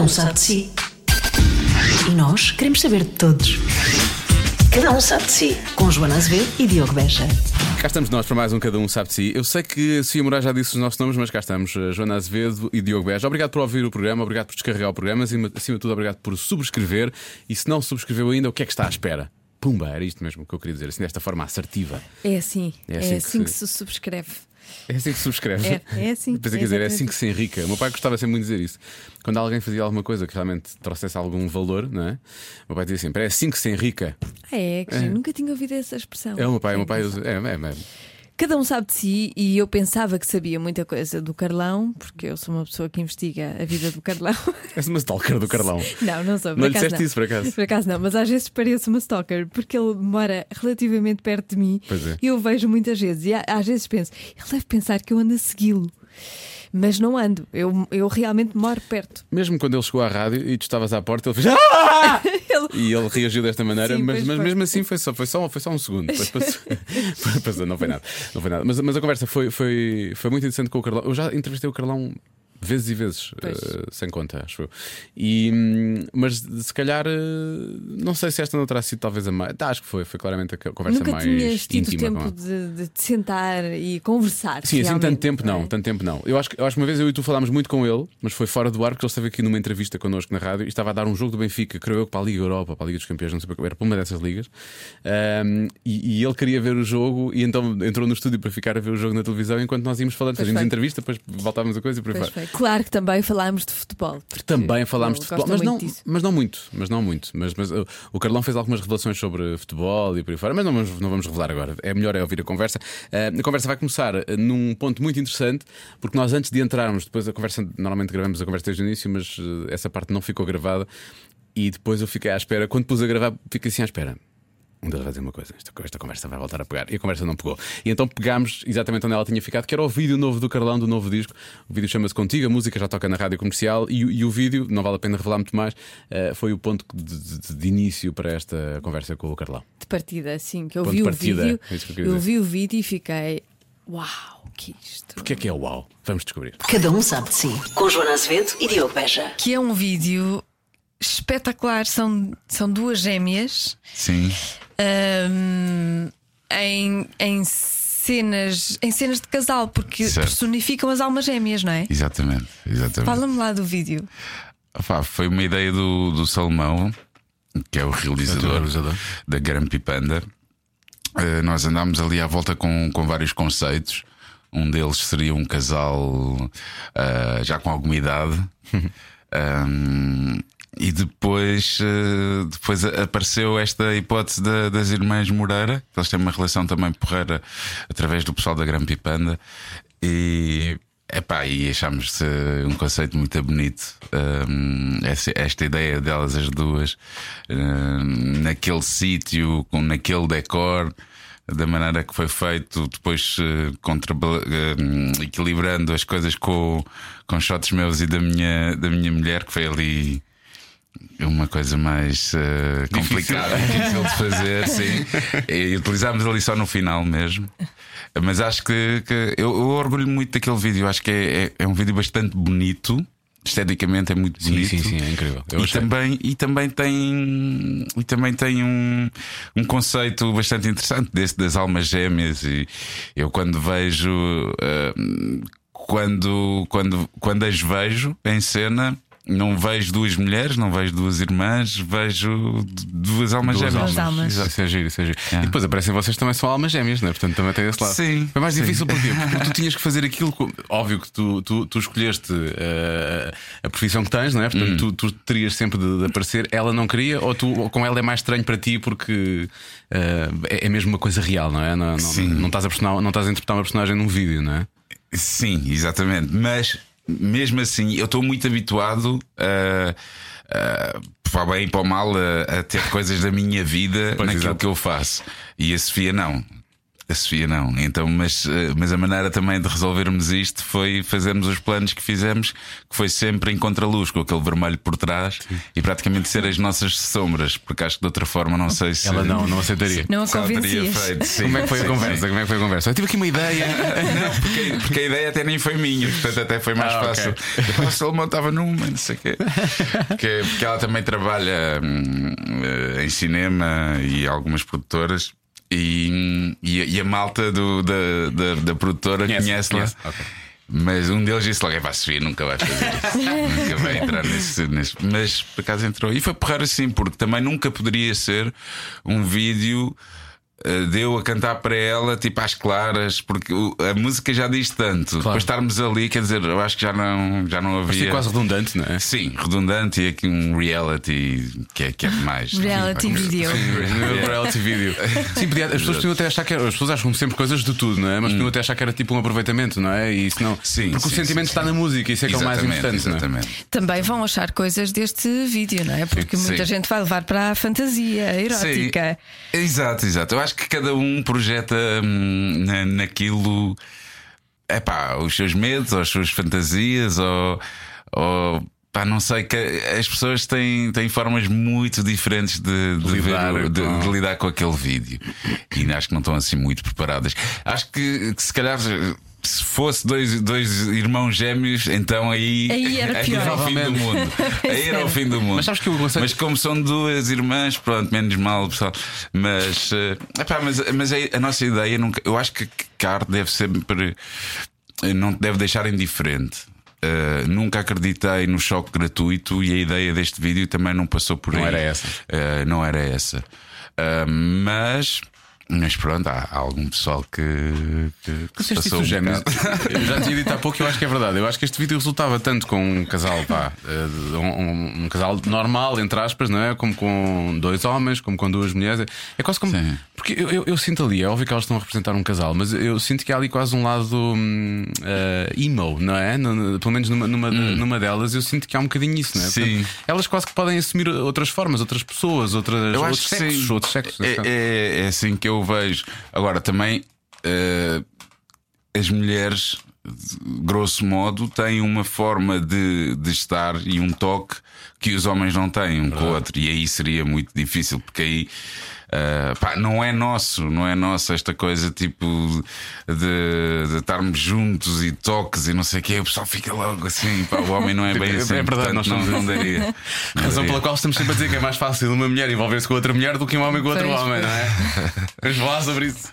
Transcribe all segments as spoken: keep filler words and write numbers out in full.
um sabe de si. E nós queremos saber de todos. Cada um sabe de si. Com Joana Azevedo e Diogo Beja. Cá estamos nós para mais um Cada Um Sabe de Si. Eu sei que a Sofia Moraes já disse os nossos nomes, mas cá estamos, Joana Azevedo e Diogo Beja. Obrigado por ouvir o programa, obrigado por descarregar o programa, acima, acima de tudo, obrigado por subscrever. E se não subscreveu ainda, o que é que está à espera? Pumba, era isto mesmo que eu queria dizer, assim, desta forma assertiva. É assim, É é assim assim, que que, se- se subscreve. É assim que se subscreve. É, é assim. Pensei que dizer, é assim que se enrica. O meu pai gostava sempre muito de dizer isso. Quando alguém fazia alguma coisa que realmente trouxesse algum valor, não é? O meu pai dizia sempre: é assim que se enrica. Ah, é, que É. eu nunca tinha ouvido essa expressão. É o meu pai, o meu pai É, usa. É, é, é. Cada um sabe de si, e eu pensava que sabia muita coisa do Carlão, porque eu sou uma pessoa que investiga a vida do Carlão. És uma stalker do Carlão. Não, não sou. por Não lhe acaso disseste isso, por acaso? Por acaso não, mas às vezes pareço uma stalker, porque ele mora relativamente perto de mim. Pois é. E eu o vejo muitas vezes. E á- às vezes penso, ele deve pensar que eu ando a segui-lo. Mas não ando, eu, eu realmente moro perto. Mesmo quando ele chegou à rádio e tu estavas à porta, ele fez "Ah!" Ele- E ele reagiu desta maneira, Sim, mas, pois mas foi. mesmo assim foi só, foi só, foi só um segundo. Depois passou, passou, não foi nada. Não foi nada. Mas, mas a conversa foi, foi, foi muito interessante com o Carlão. Eu já entrevistei o Carlão vezes e vezes, Pois. eh, sem conta, acho eu. E, hum, mas se calhar, eh, não sei se esta não terá sido talvez a mais. Tá, acho que foi, foi claramente a conversa Nunca mais tinhas tido íntima. tempo com ela. de, de te sentar e conversar. Sim, assim realmente, tanto tempo não, é? tanto tempo não. Eu acho, que- eu acho que uma vez eu e tu falámos muito com ele, mas foi fora do ar, porque ele esteve aqui numa entrevista connosco na rádio e estava a dar um jogo do Benfica, creio eu, para a Liga Europa, para a Liga dos Campeões, não sei para era para uma dessas ligas. Ahm, e, e ele queria ver o jogo e então entrou no estúdio para ficar a ver o jogo na televisão enquanto nós íamos falando, Pois fazíamos foi. entrevista, depois voltávamos a coisa e por aí Pois fora. foi. Claro que também falámos de futebol. porque Também falámos ele de futebol, gosta mas não, muito disso. mas não muito, mas não muito. Mas, mas uh, o Carlão fez algumas revelações sobre futebol e por aí fora, mas não vamos, não vamos revelar agora. É melhor é ouvir a conversa. Uh, a conversa vai começar uh, num ponto muito interessante, porque nós antes de entrarmos, depois a conversa, normalmente gravamos a conversa desde o início, mas uh, essa parte não ficou gravada. E depois eu fiquei à espera. Quando pus a gravar, fiquei assim à espera. Um deles vai dizer uma coisa, esta, esta conversa vai voltar a pegar. E a conversa não pegou. E então pegámos exatamente onde ela tinha ficado, que era o vídeo novo do Carlão, do novo disco. O vídeo chama-se Contigo, a música já toca na rádio comercial. E, o- e o vídeo, não vale a pena revelar muito mais, eh, foi o ponto de, de- de início para esta conversa com o Carlão. De partida, assim, que eu Ponto vi de o partida, vídeo. é isso que eu queria Eu dizer. vi o vídeo e fiquei, uau, que isto. Porquê é que é uau? Vamos descobrir. Cada um sabe de si. Com Joana Azevedo e Diogo Beja. Que é um vídeo espetacular. São, são duas gêmeas Sim, ahm, em, em cenas em cenas de casal, porque Certo. personificam as almas gêmeas, não é? exatamente, exatamente. Fala-me lá do vídeo. Opá, foi uma ideia do, do Salomão, que é o realizador, realizador. da Grumpy Panda. Eh, nós andámos ali à volta com, com vários conceitos. Um deles seria um casal ah, já com alguma idade. Ahm, e depois, eh, depois a- apareceu esta hipótese da- das irmãs Moreira. Eles têm uma relação também porreira através do pessoal da Grumpy Panda. E, epá, e achámos eh, um conceito muito bonito. Ahm, essa- esta ideia delas, as duas, ahm, naquele sítio, com naquele decor, da maneira que foi feito, depois eh, contra, eh, equilibrando as coisas com, com shots meus e da minha, da minha mulher, que foi ali uma coisa mais eh, complicada, difícil de fazer, sim. E utilizámos ali só no final mesmo. Mas acho que, que eu, eu orgulho muito daquele vídeo. Acho que é, é, é um vídeo bastante bonito. Esteticamente é muito Sim, bonito. sim, sim, é incrível. Eu E achei. também, e também tem, e também tem um, um conceito bastante interessante desse das almas gêmeas. E eu quando vejo, ah, quando, quando, quando as vejo em cena, não vejo duas mulheres, não vejo duas irmãs, vejo d- duas almas Duas gêmeas. almas. Exato, isso é giro, isso é giro. É. E depois aparecem vocês também são almas gêmeas, não é? Portanto também tem esse lado. Sim, Foi mais sim. difícil porquê? Porque tu tinhas que fazer aquilo. com- Óbvio que tu, tu, tu escolheste eh, a profissão que tens, não é? Portanto, tu, tu terias sempre de, de aparecer. Ela não queria, ou, tu, ou com ela é mais estranho para ti porque eh, é, é mesmo uma coisa real, não é? Não, não, Sim. não, estás a personal- não estás a interpretar uma personagem num vídeo, não é? Sim, exatamente. Mas mesmo assim, eu estou muito habituado a, a, para o bem e para o mal, a, a ter coisas da minha vida Pois, naquilo exato. que eu faço. E a Sofia não. A Sofia não. Então, mas, mas a maneira também de resolvermos isto foi fazermos os planos que fizemos, que foi sempre em contraluz, com aquele vermelho por trás. Sim. E praticamente ser as nossas sombras, porque acho que de outra forma não sei se. Ela não, não aceitaria. Não a convencias. Feito, sim, Como é que foi sim, a conversa? sim. Como é que foi a conversa? Eu tive aqui uma ideia. Não, porque, porque a ideia até nem foi minha, portanto até foi mais ah, fácil. Okay. O Salomão estava numa, não sei o quê. Porque, porque ela também trabalha hum, em cinema e algumas produtoras. E, e, e a malta do, da, da, da produtora conhece-la. Conhece. Okay. Mas um deles disse logo: é para Sofia, nunca vai fazer isso. Nunca vai entrar nesse, nesse. Mas por acaso entrou. E foi porrar assim, porque também nunca poderia ser um vídeo deu a cantar para ela, tipo às claras, porque a música já diz tanto. Claro. Depois estarmos ali, quer dizer, eu acho que já não, já não havia. Mas é quase redundante, não é? Sim, redundante e aqui um reality que é, que é demais. Reality sim, video. Sim, reality video. Sim, podia, as pessoas podiam até achar que era, as pessoas acham sempre coisas de tudo, não é? Mas podiam hum. até achar que era tipo um aproveitamento, não é? E isso não. Sim, porque sim, o sentimento sim, está sim. na música, isso é que é o mais importante. Exatamente. Não é? Também vão achar coisas deste vídeo, não é? Porque sim. muita gente vai levar para a fantasia erótica. Sim. Exato, exato. Eu acho que cada um projeta hum, na, naquilo, epá, os seus medos, ou as suas fantasias, ou, ou pá, não sei, que as pessoas têm, têm formas muito diferentes de, de, lidar, ver, de, de lidar com aquele vídeo. E acho que não estão assim muito preparadas. Acho que, que se calhar. Se fosse dois, dois irmãos gêmeos, então aí, aí era, aí era o fim do mundo. Aí era o fim do mundo. Mas, sabes que eu mas como são duas irmãs, pronto, menos mal, pessoal. Mas, epá, mas, mas a, a nossa ideia nunca. Eu acho que a arte deve sempre. Não te deve deixar indiferente. Uh, nunca acreditei no choque gratuito e a ideia deste vídeo também não passou por não aí. Era essa. Uh, não era essa. Uh, mas. Mas pronto, há algum pessoal que, que, que se passou um Eu já tinha dito há pouco, eu acho que é verdade. Eu acho que este vídeo resultava tanto com um casal, pá, um, um casal normal, entre aspas, não é? Como com dois homens, como com duas mulheres. É quase como. Sim. Porque eu, eu, eu sinto ali, é óbvio que elas estão a representar um casal, mas eu sinto que há ali quase um lado um, uh, emo, não é? No, pelo menos numa, numa, hum. numa delas, eu sinto que há um bocadinho isso, não é? Sim. Portanto, elas quase que podem assumir outras formas, outras pessoas, outras, eu outros, sexos, outros sexos. É, é, é assim que eu vejo. Agora também uh, as mulheres, grosso modo, têm uma forma de, de estar e um toque que os homens não têm um com o outro. E aí seria muito difícil, porque aí uh, pá, não é nosso, não é nossa esta coisa tipo de, de estarmos juntos e toques e não sei o que. O pessoal fica logo assim, pá, o homem não é bem assim. É verdade, nós não, não daria. A razão pela qual estamos sempre a dizer que é mais fácil uma mulher envolver-se com outra mulher do que um homem com outro pois, homem, pois. Não é? Vamos falar sobre isso.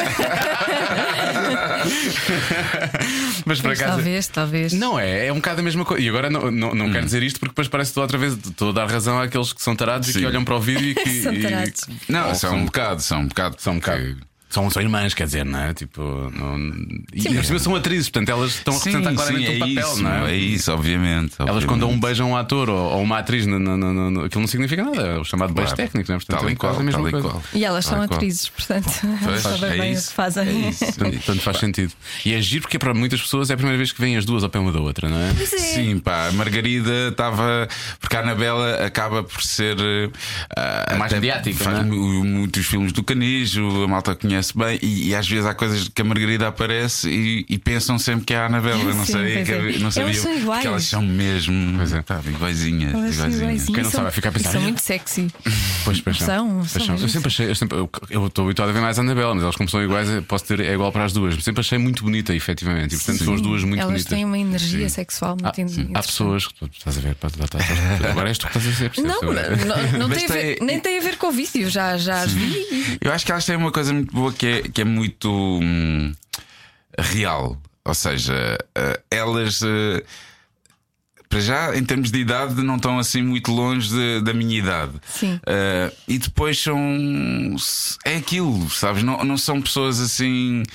Mas para casa. Talvez, talvez. Não é, é um bocado a mesma coisa. E agora não, não, não hum. quero dizer isto porque depois parece que outra vez estou a dar razão àqueles que são tarados Sim. e que olham para o vídeo e que. São tarados. E, não, são, são um bocado, são um bocado. São um bocado. Que... São, são irmãs, quer dizer, não é? Tipo, não... E sim, por cima são atrizes, portanto elas estão a representar sim, claramente sim, é um papel, isso, não é? É isso, obviamente. Elas, obviamente. quando dão um beijo a um ator ou, ou uma atriz, no, no, no, no, aquilo não significa nada, é o chamado claro. Beijo técnico, não é? Portanto, tal e qual, a mesma tal coisa. Qual. E elas tal são qual. Atrizes, portanto, sabem é bem o que fazem. É isso. Portanto, faz sentido. E é giro porque para muitas pessoas é a primeira vez que vêm as duas ao pé uma da outra, não é? Pois é. Sim, pá, a Margarida estava. Porque a Anabela acaba por ser. Uh, é mais mediática, faz não é? Muitos filmes do Canijo, a malta conhece bem, e, e às vezes há coisas que a Margarida aparece e, e pensam sempre que é a Anabela. Eu não Sim, sabia, que, é. não sabia elas são iguais. que elas são mesmo pois é. Pá, iguaizinhas. Elas iguaizinhas. iguaizinhas. Quem não são, sabe vai ficar a pensar. São muito sexy. Pois, pois são. São, pois são eu sempre achei, eu, sempre, eu, eu estou habituado a ver mais a Anabela, mas elas, como são iguais, posso ter é igual para as duas. Sempre achei muito bonita, efetivamente. E portanto sim. são as duas muito elas bonitas. Elas têm uma energia sim. sexual muito ah, há pessoas que tu estás a ver, pá, tá, tá, tá, agora és tu que estás a dizer. Não, não, não tem a ver, nem tem a ver com o vídeo, já, já as vi. Eu acho que elas têm uma coisa muito boa que é, que é muito hum, real. Ou seja, uh, elas uh, para já, em termos de idade, não estão assim muito longe de, da minha idade. Sim. Uh, e depois são. É aquilo, sabes? Não, não são pessoas assim.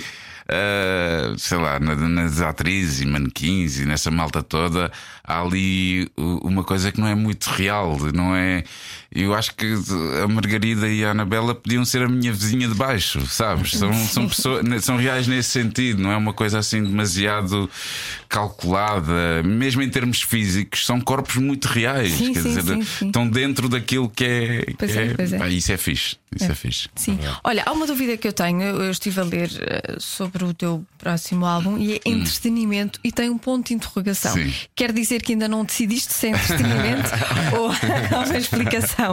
uh, sei lá, na, nas atrizes e manequins e nessa malta toda, há ali uma coisa que não é muito real, não é? Eu acho que a Margarida e a Anabela podiam ser a minha vizinha de baixo, sabes? São, são, pessoas, são reais nesse sentido, não é uma coisa assim demasiado calculada, mesmo em termos físicos, são corpos muito reais, sim, quer sim, dizer, sim, sim. estão dentro daquilo que é. Pois que é, é, pois é. Ah, isso é fixe. Isso é, é fixe. Sim. Olha, há uma dúvida que eu tenho. Eu estive a ler uh, sobre o teu próximo álbum e é entretenimento e tem um ponto de interrogação. Sim. Quer dizer que ainda não decidiste se é entretenimento ou há uma explicação?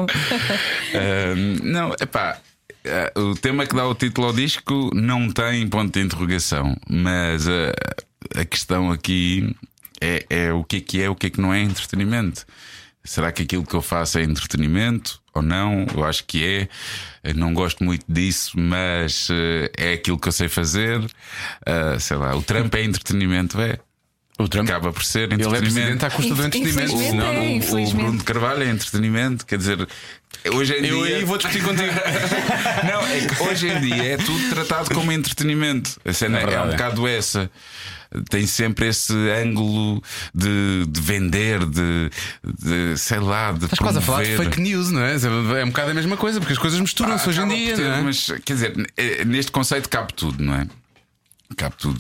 Uh, não, epá. Uh, o tema que dá o título ao disco não tem ponto de interrogação, mas uh, a questão aqui é, é o que é que é, o que é que não é entretenimento. Será que aquilo que eu faço é entretenimento ou não? Eu acho que é. Eu não gosto muito disso, mas uh, é aquilo que eu sei fazer. Uh, sei lá, o Trump é entretenimento, é. O Trump Acaba por ser ele entretenimento. é presidente à custa do entretenimento. Infelizmente Senão é, não- O infelizmente. Bruno de Carvalho é entretenimento, quer dizer, hoje em Eu dia. aí vou discutir contigo. Não, é que hoje em dia é tudo tratado como entretenimento. A cena É é, verdade, um é. bocado essa. Tem sempre esse ângulo de, de vender, de, de sei lá, de Estás quase a falar de promover. fake news, não é? É um bocado a mesma coisa, porque as coisas misturam-se hoje em Acaba dia, por ter, não é? Mas quer dizer, é- neste conceito cabe tudo, não é? Cabe tudo.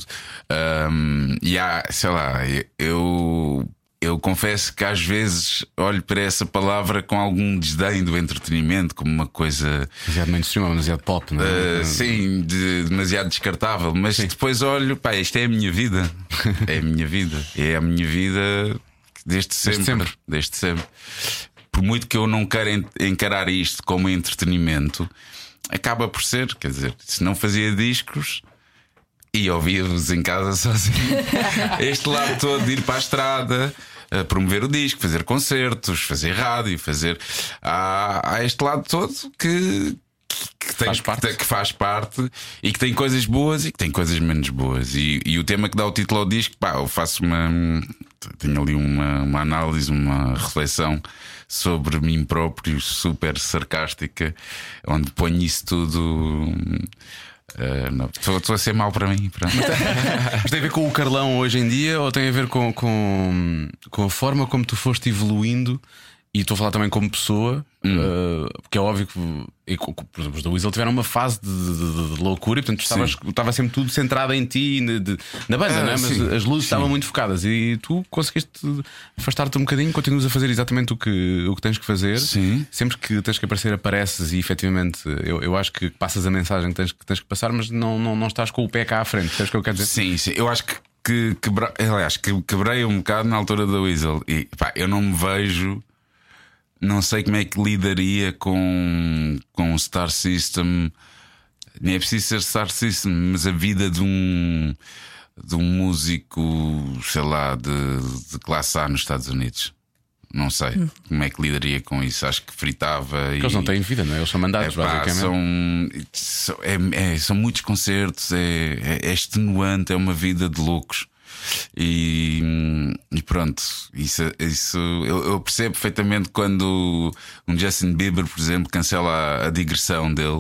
Ahm, e há, sei lá, eu. Eu confesso que às vezes olho para essa palavra com algum desdém do entretenimento, como uma coisa Demasiado mainstream, demasiado pop, não é? Uh, sim, de- demasiado descartável. Mas depois olho, pá, isto é a minha vida. É a minha vida. É a minha vida desde sempre. sempre. Desde sempre. Por muito que eu não queira en- encarar isto como entretenimento, acaba por ser. Quer dizer, se não fazia discos e ouvia-vos em casa sozinho, este lado todo de ir para a estrada, a promover o disco, fazer concertos, fazer rádio, fazer. Há, há este lado todo que. Que, tem, Faz parte. que faz parte e que tem coisas boas e que tem coisas menos boas. E, e o tema que dá o título ao disco, pá, eu faço uma. Tenho ali uma, uma análise, uma reflexão sobre mim próprio, super sarcástica, onde ponho isso tudo. Uh, não, estou a ser mau para mim. Pronto. Mas tem a ver com o Carlão hoje em dia ou tem a ver com, com, com a forma como tu foste evoluindo? E estou a falar também como pessoa, uh, porque é óbvio que, e, co- por exemplo, os da Weasel tiveram uma fase de, de- de loucura e portanto tu estavas- estava sempre tudo centrado em ti e na, de- na banda, Ah, não é? Mas sim. as luzes estavam muito focadas e tu conseguiste afastar-te um bocadinho, continuas a fazer exatamente o que, o que tens que fazer. Sim. Sempre que tens que aparecer, apareces e efetivamente eu, eu acho que passas a mensagem que tens, que tens que passar, mas não, não, não estás com o pé cá à frente. Sabes o que eu quero dizer? Sim, sim. Eu acho que, que quebra... aliás, que quebrei um bocado na altura da Weasel. E pá, eu não me vejo. Não sei como é que lidaria com, com o Star System. Nem é preciso ser Star System, mas a vida de um de um músico, sei lá, de, de classe A nos Estados Unidos. Não sei como é que lidaria com isso. Acho que fritava. Porque e... eles não têm vida, não é? Eles são mandados, Epá, basicamente. são, são, é- é- são muitos concertos, é, é, é extenuante, é uma vida de loucos. E, e pronto, isso, isso eu, eu percebo perfeitamente quando um Justin Bieber, por exemplo, cancela a, a digressão dele.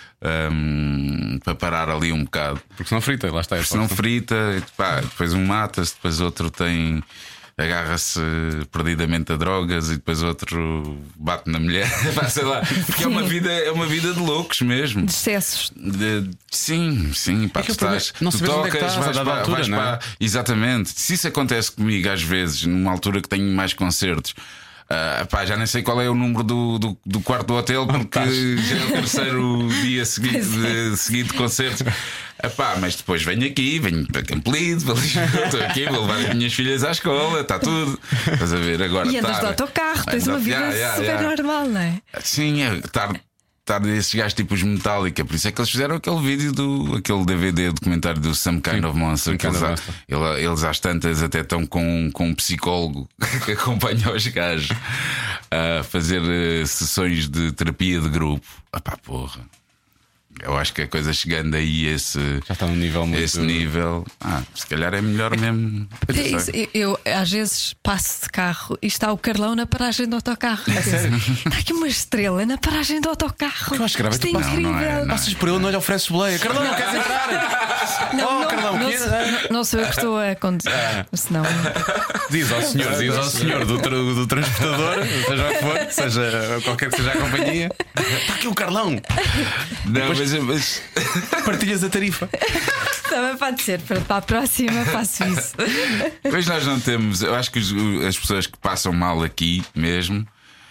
Um, para parar ali um bocado, Porque senão frita, lá está. é se não só- frita, e, pá, depois um mata-se, depois outro tem. Agarra-se perdidamente a drogas e depois outro bate na mulher. Pá, sei lá, porque é uma vida, é uma vida de loucos mesmo. De excessos. De- sim, sim, pá, É que tu o problema estás, é- não tu sabes onde é que tocas, estás a vais dada para, altura, vais não é? para- exatamente. Se isso acontece comigo às vezes, numa altura que tenho mais concertos. ah, pá, já nem sei qual é o número do, do, do quarto do hotel, porque já é o terceiro dia seguido de, seguido de concertos. Ah, pá, mas depois venho aqui, venho para Campolide, para Lisboa, estou aqui, vou levar as minhas filhas à escola, está tudo. Estás a ver agora. E andas estar- de autocarro, tens Ando- uma vida Yeah, yeah, super yeah. normal, não é? Sim, é estar, estar desses gajos tipo os Metallica. Por isso é que eles fizeram aquele vídeo do aquele D V D documentário do Some Kind Sim, of Monster. Some Que Kind eles, of há- Monster. ele- eles às tantas até estão com, com um psicólogo que acompanha os gajos a fazer eh, sessões de terapia de grupo. Ah pá, porra. Eu acho que a coisa chegando aí a esse, Já está num nível muito. esse nível, ah, se calhar é melhor mesmo. É isso, eu, eu, às vezes passo de carro e está o Carlão na paragem do autocarro. É sério? Está aqui uma estrela na paragem do autocarro. Eu acho que grave Isto é tu incrível. Não, não é, não. Passas por ele, não lhe ofereces boleia. Carlão, não queres entrar? Não, Oh, não, Carlão, não, que- sou- não- não sou eu que estou a conduzir. Senão, Diz ao senhor, diz ao senhor do, tra- do transportador, seja o que for, seja qualquer que seja a companhia. Está aqui o Carlão. Não, mas, mas Partilhas a tarifa. também pode ser. Para para a próxima faço isso. Pois nós não temos. Eu acho que os- as pessoas que passam mal aqui mesmo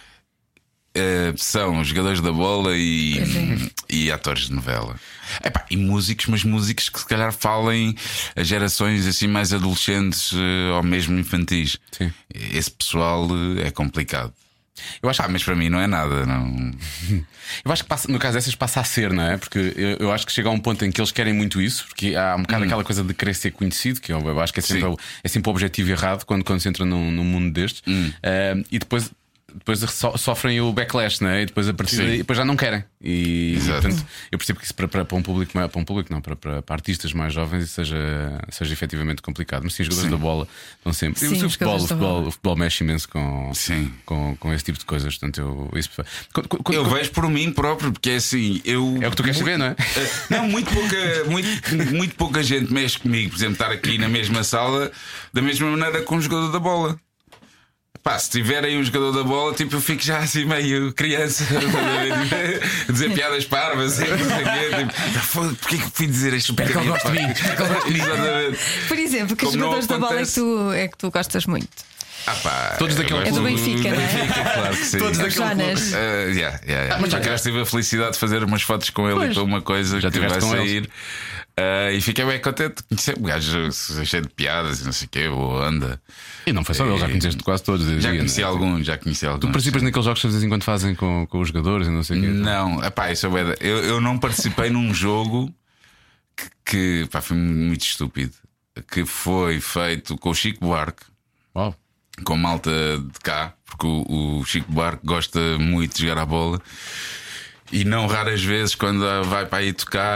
eh, são os jogadores da bola e, Pois é. e atores de novela. Epá, e músicos, mas músicos que se calhar falem a gerações assim mais adolescentes eh, ou mesmo infantis. Sim. Esse pessoal eh, é complicado. Eu acho, Ah, mas para mim não é nada. Não... eu acho que passa- no caso dessas passa a ser, não é? Porque eu, eu acho que chega a um ponto em que eles querem muito isso, porque há um bocado aquela coisa de querer ser conhecido, que eu, eu acho que é sempre, Sim. o, é sempre o objetivo errado quando, quando se entra num, num mundo destes. Eh, e depois. Depois so- sofrem o backlash, não é? E depois a partir Sim. daí depois já não querem. E, Exato. portanto, eu percebo que isso para, para, para um público, para um público não, para, para, para artistas mais jovens, isso seja, seja efetivamente complicado. Mas sim, os jogadores Sim. da bola estão sempre. Sim, E o, os futebol, o, jogadores da futebol, bola. o futebol mexe imenso com, Sim. com, com esse tipo de coisas. Portanto, eu, isso, quando- quando- Eu quando- vejo por mim próprio, porque é assim, eu. É o que tu queres saber, não é? Eh, Não, muito pouca, muito, muito pouca gente mexe comigo, por exemplo, estar aqui na mesma sala da mesma maneira com o jogador da bola. Pá, se tiverem um jogador da bola, tipo, eu fico já assim meio criança a dizer piadas parvas e não sei o quê. Tipo, "Foda, porquê que fui dizer isto? Espero que ele goste de mim, espero que ele goste de mim." Exatamente. Por exemplo, que Como não jogadores da bola é que, acontece. tu, é que tu gostas muito? Ah, pá, Todos daquele eu gosto clube. É do Benfica, não é? Benfica, claro que sim. Todos É o daquele Jonas. Uh, yeah, yeah, yeah. Mas já que tive a felicidade de fazer umas fotos com ele Pois. e com uma coisa Já que vai tiveste com sair. Uh, e fiquei bem contente de conhecer o gajo cheio de piadas e não sei o quê, boa onda. E não foi só ele, já conheceste quase todos. eu Já diria, conheci não é? alguns, já conheci alguns. Tu participas naqueles jogos que de vez em quando fazem com, com os jogadores e não sei o quê. Não, epá, isso é bué da- eu, eu não participei num jogo que, que pá, foi muito estúpido. Que foi feito com o Chico Buarque, Uau. com malta de cá, porque o, o Chico Buarque gosta muito de jogar a bola. E não raras vezes, quando vai para aí tocar,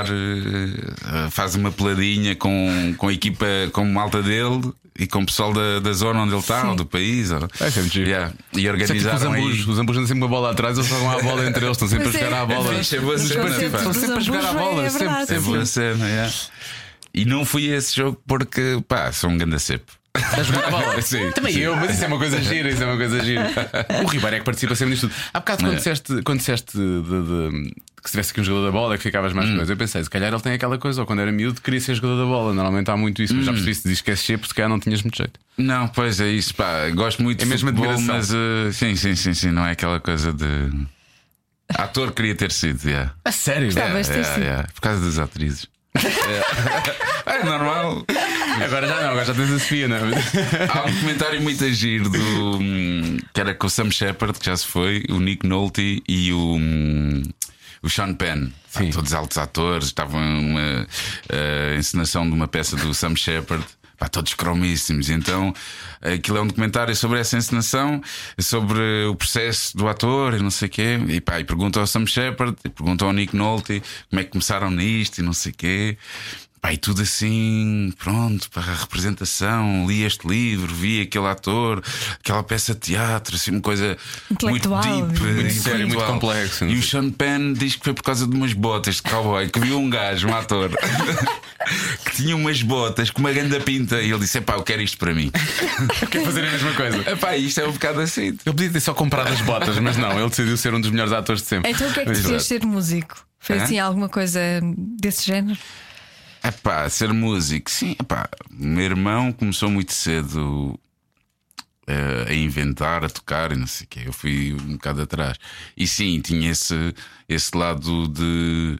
eh, faz uma peladinha com, com a equipa, com malta dele e com o pessoal da, da zona onde ele está, Sim. ou do país. Ou... É sempre giro. Yeah. E Isso é tipo os organizaram aí. ambus. Os ambus andam sempre uma bola atrás, eles jogam a bola entre eles, estão sempre Pois a jogar é. à bola. É fixe, é boa Os cena, partidos pá. estão sempre a jogar à Ambus, bola. é sempre, verdade. É sempre. boa cena, yeah. E não fui a esse jogo porque, pá, sou um ganda cepo. A jogar a bola. Sim. Também eu, mas isso é uma coisa gira, isso é uma coisa gira. O Ribeiro é que participa sempre nisto tudo. Há bocado, quando É. disseste, quando disseste de, de- que se tivesse aqui um jogador da bola, é que ficavas mais Hum. coisa. Eu pensei, se calhar ele tem aquela coisa, ou quando era miúdo, queria ser jogador da bola. Normalmente há muito isso, mas já Hum. percebi se diz que és cheio, porque se calhar não tinhas muito jeito. Não, pois é isso, pá. Gosto muito É de mesmo futebol, admiração. mas uh, sim, sim, sim, sim. Não é aquela coisa de. Ator queria ter sido, yeah. A sério? Gostava. Mas tem Yeah, sido. yeah, por causa das atrizes. É, é normal. Agora já não, agora já tens a Sofia, não é? Há um comentário muito giro do hum, que era com o Sam Shepard, que já se foi, o Nick Nolte e o, hum, o Sean Penn. Pá, Sim. todos altos atores, estavam numa uh, encenação de uma peça do Sam Shepard. Pá, todos cromíssimos. Então, aquilo é um documentário sobre essa encenação, sobre o processo do ator e não sei o quê. E, pá, e perguntam ao Sam Shepard, e perguntam ao Nick Nolte como é que começaram nisto e não sei o quê. Pá, e tudo assim, pronto, para a representação. Li este livro, vi aquele ator, aquela peça de teatro, assim, uma coisa muito Intelectual, deep, muito sério, muito intelectual. complexo, não E o sei. Sean Penn diz que foi por causa de umas botas de cowboy, que viu um gajo, um ator, que tinha umas botas com uma grande pinta. E ele disse: epá, eu quero isto para mim. Quer fazer a mesma coisa. Epá, isto é um bocado assim. Ele podia ter só comprado as botas, mas não, ele decidiu ser um dos melhores atores de sempre. Então o que é que Mas, tu querias ser músico? Foi Hã? assim alguma coisa desse género? Epá, ser músico, sim, epá, o meu irmão começou muito cedo eh, a inventar, a tocar e não sei o quê. Eu fui um bocado atrás. E sim, tinha esse, esse lado de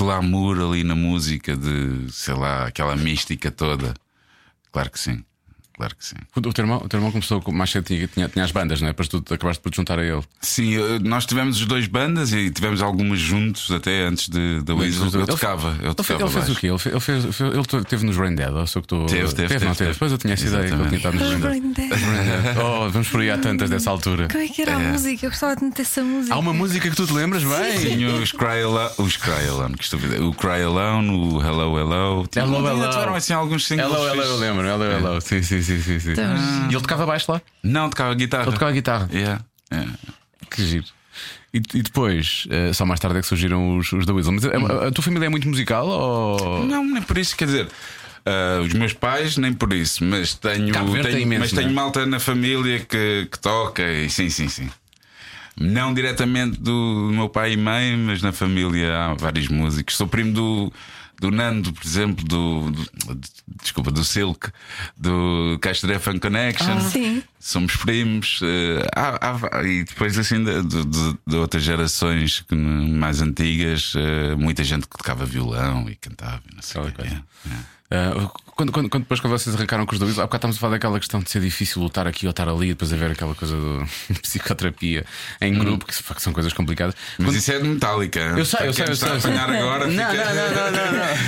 glamour ali na música, de sei lá, aquela mística toda. Claro que sim. claro que sim. O teu irmão, o teu irmão começou com- mais cedo, tinha, tinha, tinha as bandas, não é? Depois tu acabaste por te juntar a ele. Sim, eh, nós tivemos os dois bandas e tivemos algumas juntos até antes de, da Weasel. Eu Ele- tocava, eu Ele, fe- tocava ele fez baixo. o quê? Ele, fe- ele, fez, fe- ele to- teve nos Rain Dead, ou sou que estou. Teve, teve, não teve, teve. teve. Depois eu tinha essa ideia que ele tinha estado nos Rain Dead. Brain Dead. Rain Dead. Oh, vamos por aí há tantas dessa altura. Como é que era a música? Eu gostava de meter essa música. Há uma música que tu te lembras bem? Tinha os Cry Alone, os Cry Alone, que estúpido. O Cry Alone, o Hello Hello. Hello, Ainda Hello. tiveram assim alguns singles. Hello, hello, eu fixes. lembro. Hello, hello. Sim, sim, sim, sim, sim. Então, E ele tocava baixo lá? Não, tocava guitarra. Ele tocava guitarra. Yeah, yeah. Que giro. E, e depois, eh, só mais tarde é que surgiram os, os da Weasel. Mas a, a tua família é muito musical ou. Não, nem por isso, quer dizer. ah, os meus pais, nem por isso, mas tenho, Cabo Verde tenho- tem imenso, mas tenho não é? malta na família que, que toca e sim, sim, sim. Não diretamente do meu pai e mãe, mas na família há vários músicos. Sou primo do, do Nando, por exemplo, do, do- desculpa, do Silk, do Castro Fun Connection. sim. Somos primos. eh, há- há- e depois, assim, de, de- de- de outras gerações que, mais antigas, eh, muita gente que tocava violão e cantava. e Não sei o Aquela quê. coisa. É, é. Ah, quando, quando, quando depois quando vocês arrancaram com os da Weasel, há bocado estamos a falar daquela questão de ser difícil lutar aqui ou estar ali, e depois haver aquela coisa do psicoterapia em grupo, que, que são coisas complicadas. Mas Quando- isso é de Metallica. Eu sei, eu sei, Quem eu me está sei. a apanhar agora. Não, fica... não, não, não, não,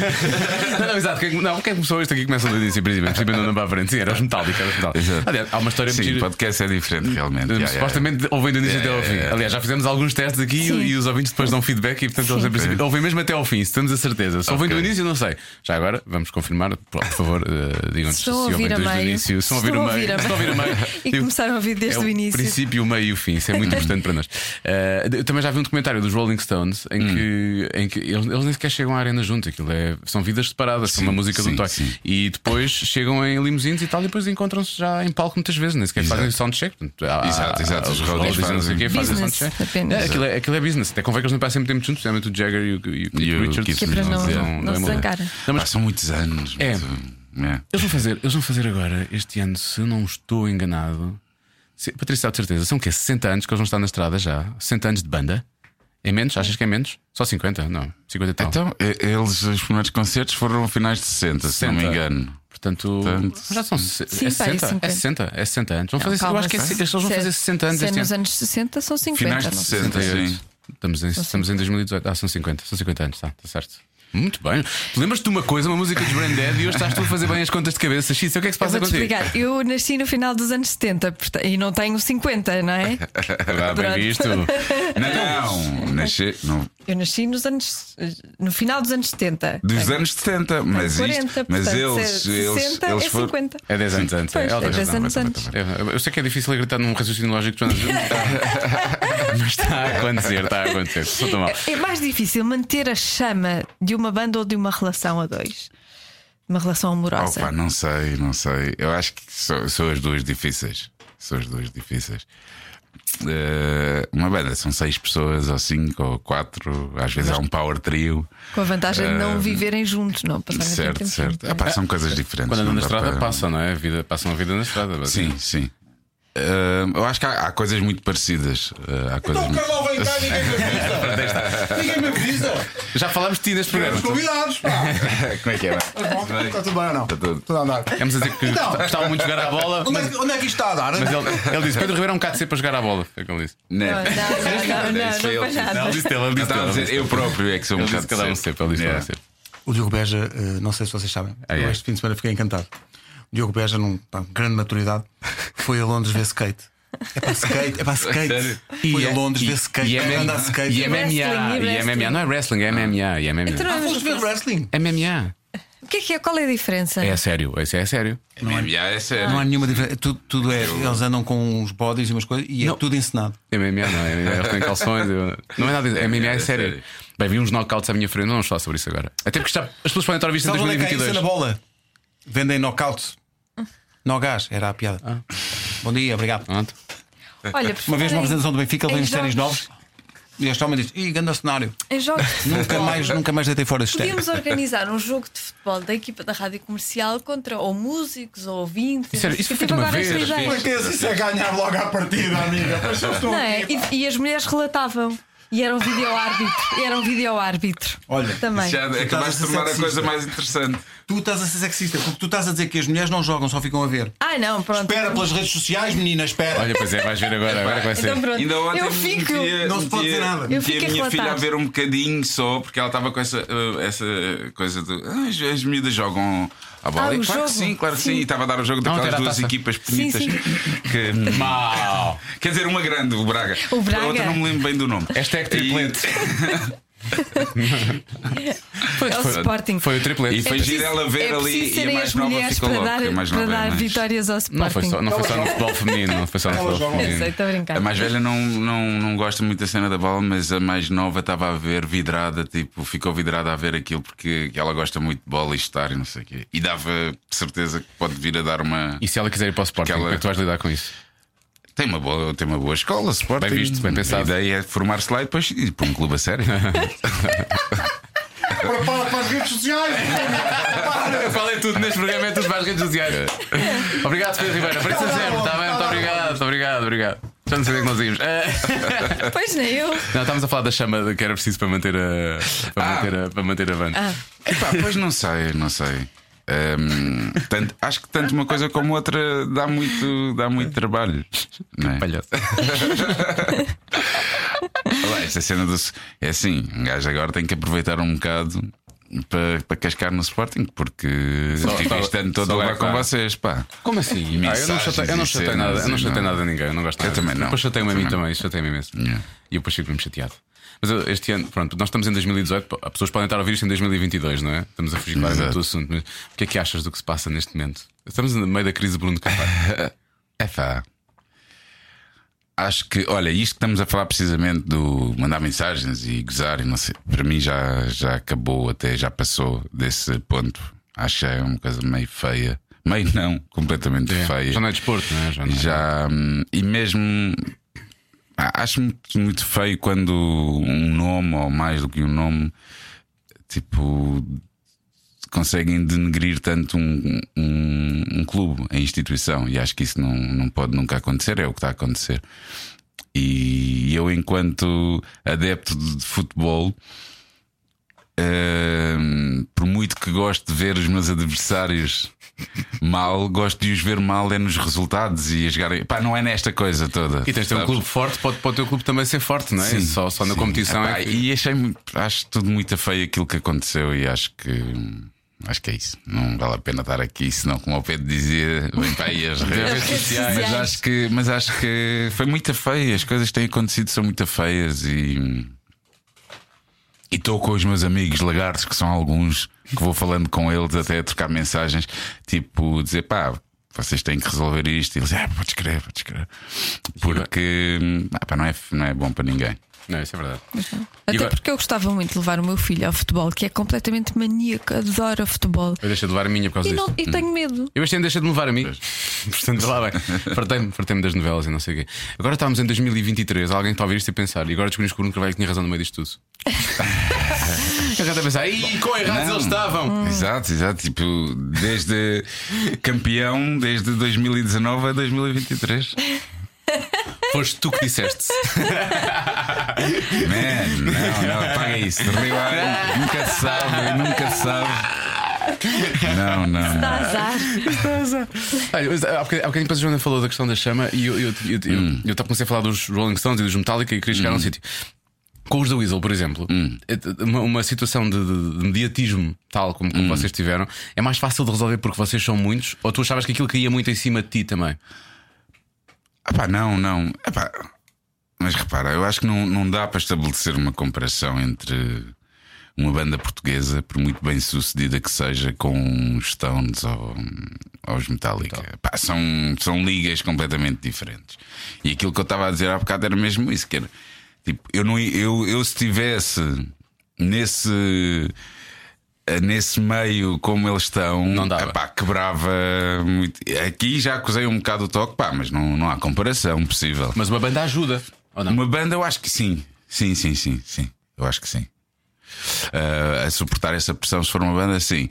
não. Não, não, exato. Quem, não, quem começou isto aqui começa do início, princípio, princípio andando para a frente. Sim, era os Metallica. Era os Metallica. Exato. Aliás, há uma história Sim, muito o gira. podcast é diferente, realmente. Uh, Yeah, yeah, Supostamente ouvem do início Yeah, até ao fim. yeah, yeah. Aliás, já fizemos alguns testes aqui Sim. e os ouvintes depois dão feedback e, portanto, eles em princípio ouvem mesmo até ao fim, se temos a certeza. Se ouvem do Ok. início, não sei. Já agora, vamos confirmar, por por favor, uh, digam-nos se Estão a ouvem ouvir a desde o meio. início. Se estão a ouvir Estão o a ouvir meio. a Se estão a ouvir a meio. E Tipo, começaram a ouvir desde é o início. princípio, o meio e o fim. Isso é muito importante para nós. Uh, eu também já vi um documentário dos Rolling Stones em que, em que eles, eles nem sequer chegam à arena junto. Aquilo é, são vidas separadas, são Sim, uma música sim, do Toy. sim. E depois chegam em limusines e tal, e depois encontram-se já em palco muitas vezes, nem sequer Exato. fazem soundcheck. Portanto, há- Exato, exato, há- os os roadies roadies e não sei o quê, fazem Business, soundcheck. apenas. É, aquilo, é, aquilo é business. Até convém que eles não passem muito tempo juntos, especialmente o Jagger e o, e o E Keith o Richards. Keith Que é para não, Richards, não, não é se moda. zancar. Não, mas Pá, são muitos anos. É. muito- é. Eles vão fazer, eles vão fazer agora, este ano, se eu não estou enganado. Se, Patrícia, de certeza, são o quê? sessenta anos que eles vão estar na estrada já? sessenta anos de banda? É menos? Achas que é menos? Só cinquenta? Não, cinquenta e tal. Então, e- eles, os primeiros concertos foram a finais de sessenta, se não me sessenta. engano. Portanto, Portanto, já são se- sim, é pá, é sessenta? É cinquenta. sessenta? É sessenta anos. Vão Não, fazer, eu calma, acho que é, se- eles vão se é- fazer sessenta anos se é este nos ano. anos sessenta são cinquenta. Finais de não? sessenta, sim. Estamos em, estamos em dois mil e dezoito. Ah, são cinquenta. São cinquenta anos, está tá certo. Muito bem. Tu lembras-te de uma coisa, uma música dos Brain Dead, e hoje estás tu a fazer bem as contas de cabeça. Xisa, o que é que se Eu passa vou-te contigo? explicar. Eu nasci no final dos anos setenta porta- e não tenho cinquenta, não é? Ah, bem Pronto. visto. Não, nasci, não, Eu nasci nos anos. no final dos anos setenta. dos anos setenta, mas, quarenta, isto, mas portanto, eles, se- eles, sessenta eles é foram. cinquenta. É dez anos antes. Pois, ela tem é dez razão. anos antes. É, eu sei que é difícil acreditar num raciocínio lógico, Joana, mas está a acontecer, está a acontecer. Só tão mal. É mais difícil manter a chama de uma banda ou de uma relação a dois. Uma relação amorosa. Opa, não sei, não sei. Eu acho que são, são as duas difíceis. São as duas difíceis. Eh, uma banda são seis pessoas, ou cinco, ou quatro. Às vezes há um power trio. Com a vantagem de não Eh, viverem juntos, não passarem Certo, tempo certo. juntos. Epá, são coisas diferentes. Quando andam não na dá estrada, para- passam, não é? A vida, passam a vida na estrada. Sim, sim. Eh, eu acho que há, há coisas muito parecidas. Eh, há coisas muito... Carlão vem cá, ninguém me avisa. Ninguém me avisa. Já falámos de ti neste programa. Os convidados, pá. Como é que é? Está tudo bem ou não? Está tudo. Tudo a andar. Vamos a dizer que Então. gostava muito de jogar à bola. Onde é, Mas, que- onde é que isto está a dar? mas ele, ele disse: Pedro Ribeiro é um bocado cedo para jogar à bola. É o que ele disse. Não, Não, não, não, não, Isso foi não, ele não, que não, Ele disse dele, ele Eu disse estava a dele. dizer, eu próprio é que sou um Ele disse bocado que cada um sempre. Ele disse Yeah. cada um sempre. O Diogo Beja, eh, não sei se vocês sabem, Ah, eu é? este fim de semana fiquei encantado. O Diogo Beja, num pá, grande maturidade, foi a Londres ver skate. É para skate, é para skate. Sério? Foi E a é- Londres e- ver skate. E Anda a skate. E M M A. Wrestling, e E M M A. Não é wrestling, é M M A. E M M Então A. não é Ah, a foste mesma ver coisa. wrestling? M M A. O que é que é? Qual é a diferença? É a sério. Esse é sério. Não é, é sério. Não há nenhuma diferença. Tudo, tudo é. Eles andam com uns bodies e umas coisas e é Não. tudo encenado. M M A, não é? Eles têm calções. eu- Não é nada disso. M M A é É sério. sério. Bem, vi uns knockouts à minha frente. Não vamos falar sobre isso agora. Até porque está- as pessoas podem estar a ouvir isto em Sabes onde é que é isso? É na dois mil e vinte e dois. bola. Vendem knockouts. No gás, era a piada. Ah. Bom dia, obrigado. Pronto. Olha, por Uma vez falar uma em- apresentação do Benfica, ele em vem nos ténis jogos- novos e este homem diz: Ih, grande cenário. Em jogos de Nunca futebol, mais, nunca mais deitei fora estes ténis. podíamos organizar um jogo de futebol da equipa da rádio comercial contra ou músicos ou ouvintes. Isso era- isso foi Eu feito tive uma agora vez, esta ideia. Isso é ganhar logo à partida, amiga. Pois eu estou Não é? aqui. E, e as mulheres relatavam. E era um vídeo-árbitro. E era um vídeo-árbitro. Olha, também. Já acabaste de tornar a coisa mais interessante. Tu estás a ser sexista, porque tu estás a dizer que as mulheres não jogam, só ficam a ver. Ai, não, pronto. Espera pelas redes sociais, menina, espera. Olha, pois é, vais ver agora, agora que vai ser. Então, pronto. Ainda ontem Eu fico. metia- Não se pode dizer nada. Eu metia fico a a minha filha a relatar. ver um bocadinho só, porque ela estava com essa, uh, essa coisa de "Ah, as, as miúdas jogam a bola. Ah, E o claro que jogo. sim, claro que sim. Sim. E estava a dar o jogo Não, daquelas era a duas taça. equipas bonitas. Sim, Que, Mau! quer dizer, uma grande, o Braga. O Braga. A outra não me lembro bem do nome. Hashtag triplete. É o Sporting. Foi o triplete. E foi É giro preciso- ela ver é ali preciso e a serem mais as nova mulheres ficou para logo. dar, A mais para nova é dar mais- vitórias ao Sporting. Não foi, só, não foi só no futebol feminino, não foi só no futebol Eu feminino. sei, estou a brincar. A mais velha não, não, não gosta muito da cena da bola, mas a mais nova estava a ver vidrada, tipo, ficou vidrada a ver aquilo porque ela gosta muito de bola e estar e não sei o quê. E dava de certeza que pode vir a dar uma. E se ela quiser ir para o Sporting, Aquela- como é que tu vais lidar com isso? Tem uma boa, tem uma boa escola, Sporting. Bem visto, bem pensado. A ideia é formar-se lá e depois ir para um clube a sério. Prepara para as redes sociais. Eu falei tudo neste programa, é tudo para as redes sociais. Obrigado, Pedro Ribeiro. Apareça sempre, está bem? Muito obrigado, muito obrigado, obrigado. Já não sei o que é que nós íamos. Eh, Pois nem eu. Não, estávamos a falar da chama que era preciso para manter a, para Ah. manter a, para manter a banda. Ah, Epá, pois não sei, não sei. Hum, tanto- acho que tanto uma coisa como outra dá muito, dá muito trabalho. Não é? Palhaço. Olha lá, esta cena do. É assim, um gajo agora tem que aproveitar um bocado para, para cascar no Sporting, porque Só- fico só- este ano todo só a levar é com claro. vocês, pá. Como assim? Ah, eu não Mensagens chatei, eu não e chatei nada, eu não cenas, chatei não. nada a ninguém, eu não gosto Eu nada. também não. Depois chatei-me a mim Também. também, isso chatei-me imenso. Yeah. E eu depois fico mesmo chateado. Mas eu, este ano, pronto, nós estamos em dois mil e dezoito, as pessoas podem estar a ouvir isto em dois mil e vinte e dois, não é? Estamos a fugir claramente Exato. do assunto. Mas o que é que achas do que se passa neste momento? Estamos no meio da crise Bruno Carvalho. É pá. Acho que, olha, isto que estamos a falar precisamente do mandar mensagens e gozar e não sei, para mim já, já acabou, até já passou desse ponto. Acho que é uma coisa meio feia. Meio não, completamente feia. Já não é desporto, não é? Já, não é. Já, hum, e mesmo ah, acho muito, muito feio quando um nome, ou mais do que um nome, tipo, conseguem denegrir tanto um, um, um clube, a instituição. E acho que isso não, não pode nunca acontecer, é o que está a acontecer. E eu, enquanto adepto de, de futebol, hum, por muito que gosto de ver os meus adversários mal, gosto de os ver mal é nos resultados e a jogarem. Pá, não é nesta coisa toda. E tens de ter um sabes? clube forte, pode, pode o teu clube também ser forte, não é? Sim, só, só na sim. competição Epá, é que... E achei muito- acho tudo muito feio aquilo que aconteceu e acho que acho que é isso. Não vale a pena estar aqui, senão, como o Pedro dizia, vem para aí as redes redes sociais. Mas acho que, mas acho que foi muito feio. As coisas que têm acontecido são muito feias e e estou com os meus amigos lagartos, que são alguns, que vou falando com eles até a trocar mensagens, tipo dizer pá, vocês têm que resolver isto. E eles, ah, podes crer, podes crer. Porque ah, pá, não, é, não é bom para ninguém. Não, isso é verdade. até agora- porque eu gostava muito de levar o meu filho ao futebol, que é completamente maníaco, adora futebol. Eu deixei de levar a minha por causa E, disso. não, e tenho medo. Eu este ano deixei de me levar a mim. Portanto, vá lá bem. Fartei-me fartei-me das novelas e não sei o quê. Agora estávamos em dois mil e vinte e três. Alguém está a ouvir isto e pensar. E agora descobrimos que o Bruno Carvalho tinha razão no meio disto tudo. Eu já estou a pensar. Ih, com errados Não. eles estavam. Exato, exato. Tipo, desde campeão, desde dois mil e dezanove a dois mil e vinte e três. Foste tu que disseste. Man, não, não, apaga isso. Rewind. Nunca se sabe, nunca se sabe. Não, não, Dá não. azar. Olha, mas há bocadinho há bocadinho depois a Joana falou da questão da chama. E eu, eu, eu, eu, Hum. eu, eu comecei a falar dos Rolling Stones e dos Metallica e queria chegar a um sítio. Com os da Weasel, por exemplo, Hum. uma, uma situação de, de- de mediatismo tal como, Hum. como vocês tiveram é mais fácil de resolver porque vocês são muitos? Ou tu achavas que aquilo caía muito em cima de ti também? Ah, pá, não, não. Ah, pá. Mas repara, eu acho que não, não dá para estabelecer uma comparação entre uma banda portuguesa, por muito bem sucedida que seja, com os Stones ou, ou os Metallica. Pá, são, são ligas completamente diferentes. E aquilo que eu estava a dizer há bocado era mesmo isso: que era, tipo, eu, não, eu, eu se estivesse nesse. Nesse meio como eles estão, Não dava. epá, quebrava muito. Aqui já acusei um bocado o toque, pá, mas não, não há comparação possível. Mas uma banda ajuda, ou não? Uma banda, eu acho que sim. Sim, sim, sim, sim. Eu acho que sim. Ah, a suportar essa pressão, se for uma banda, sim.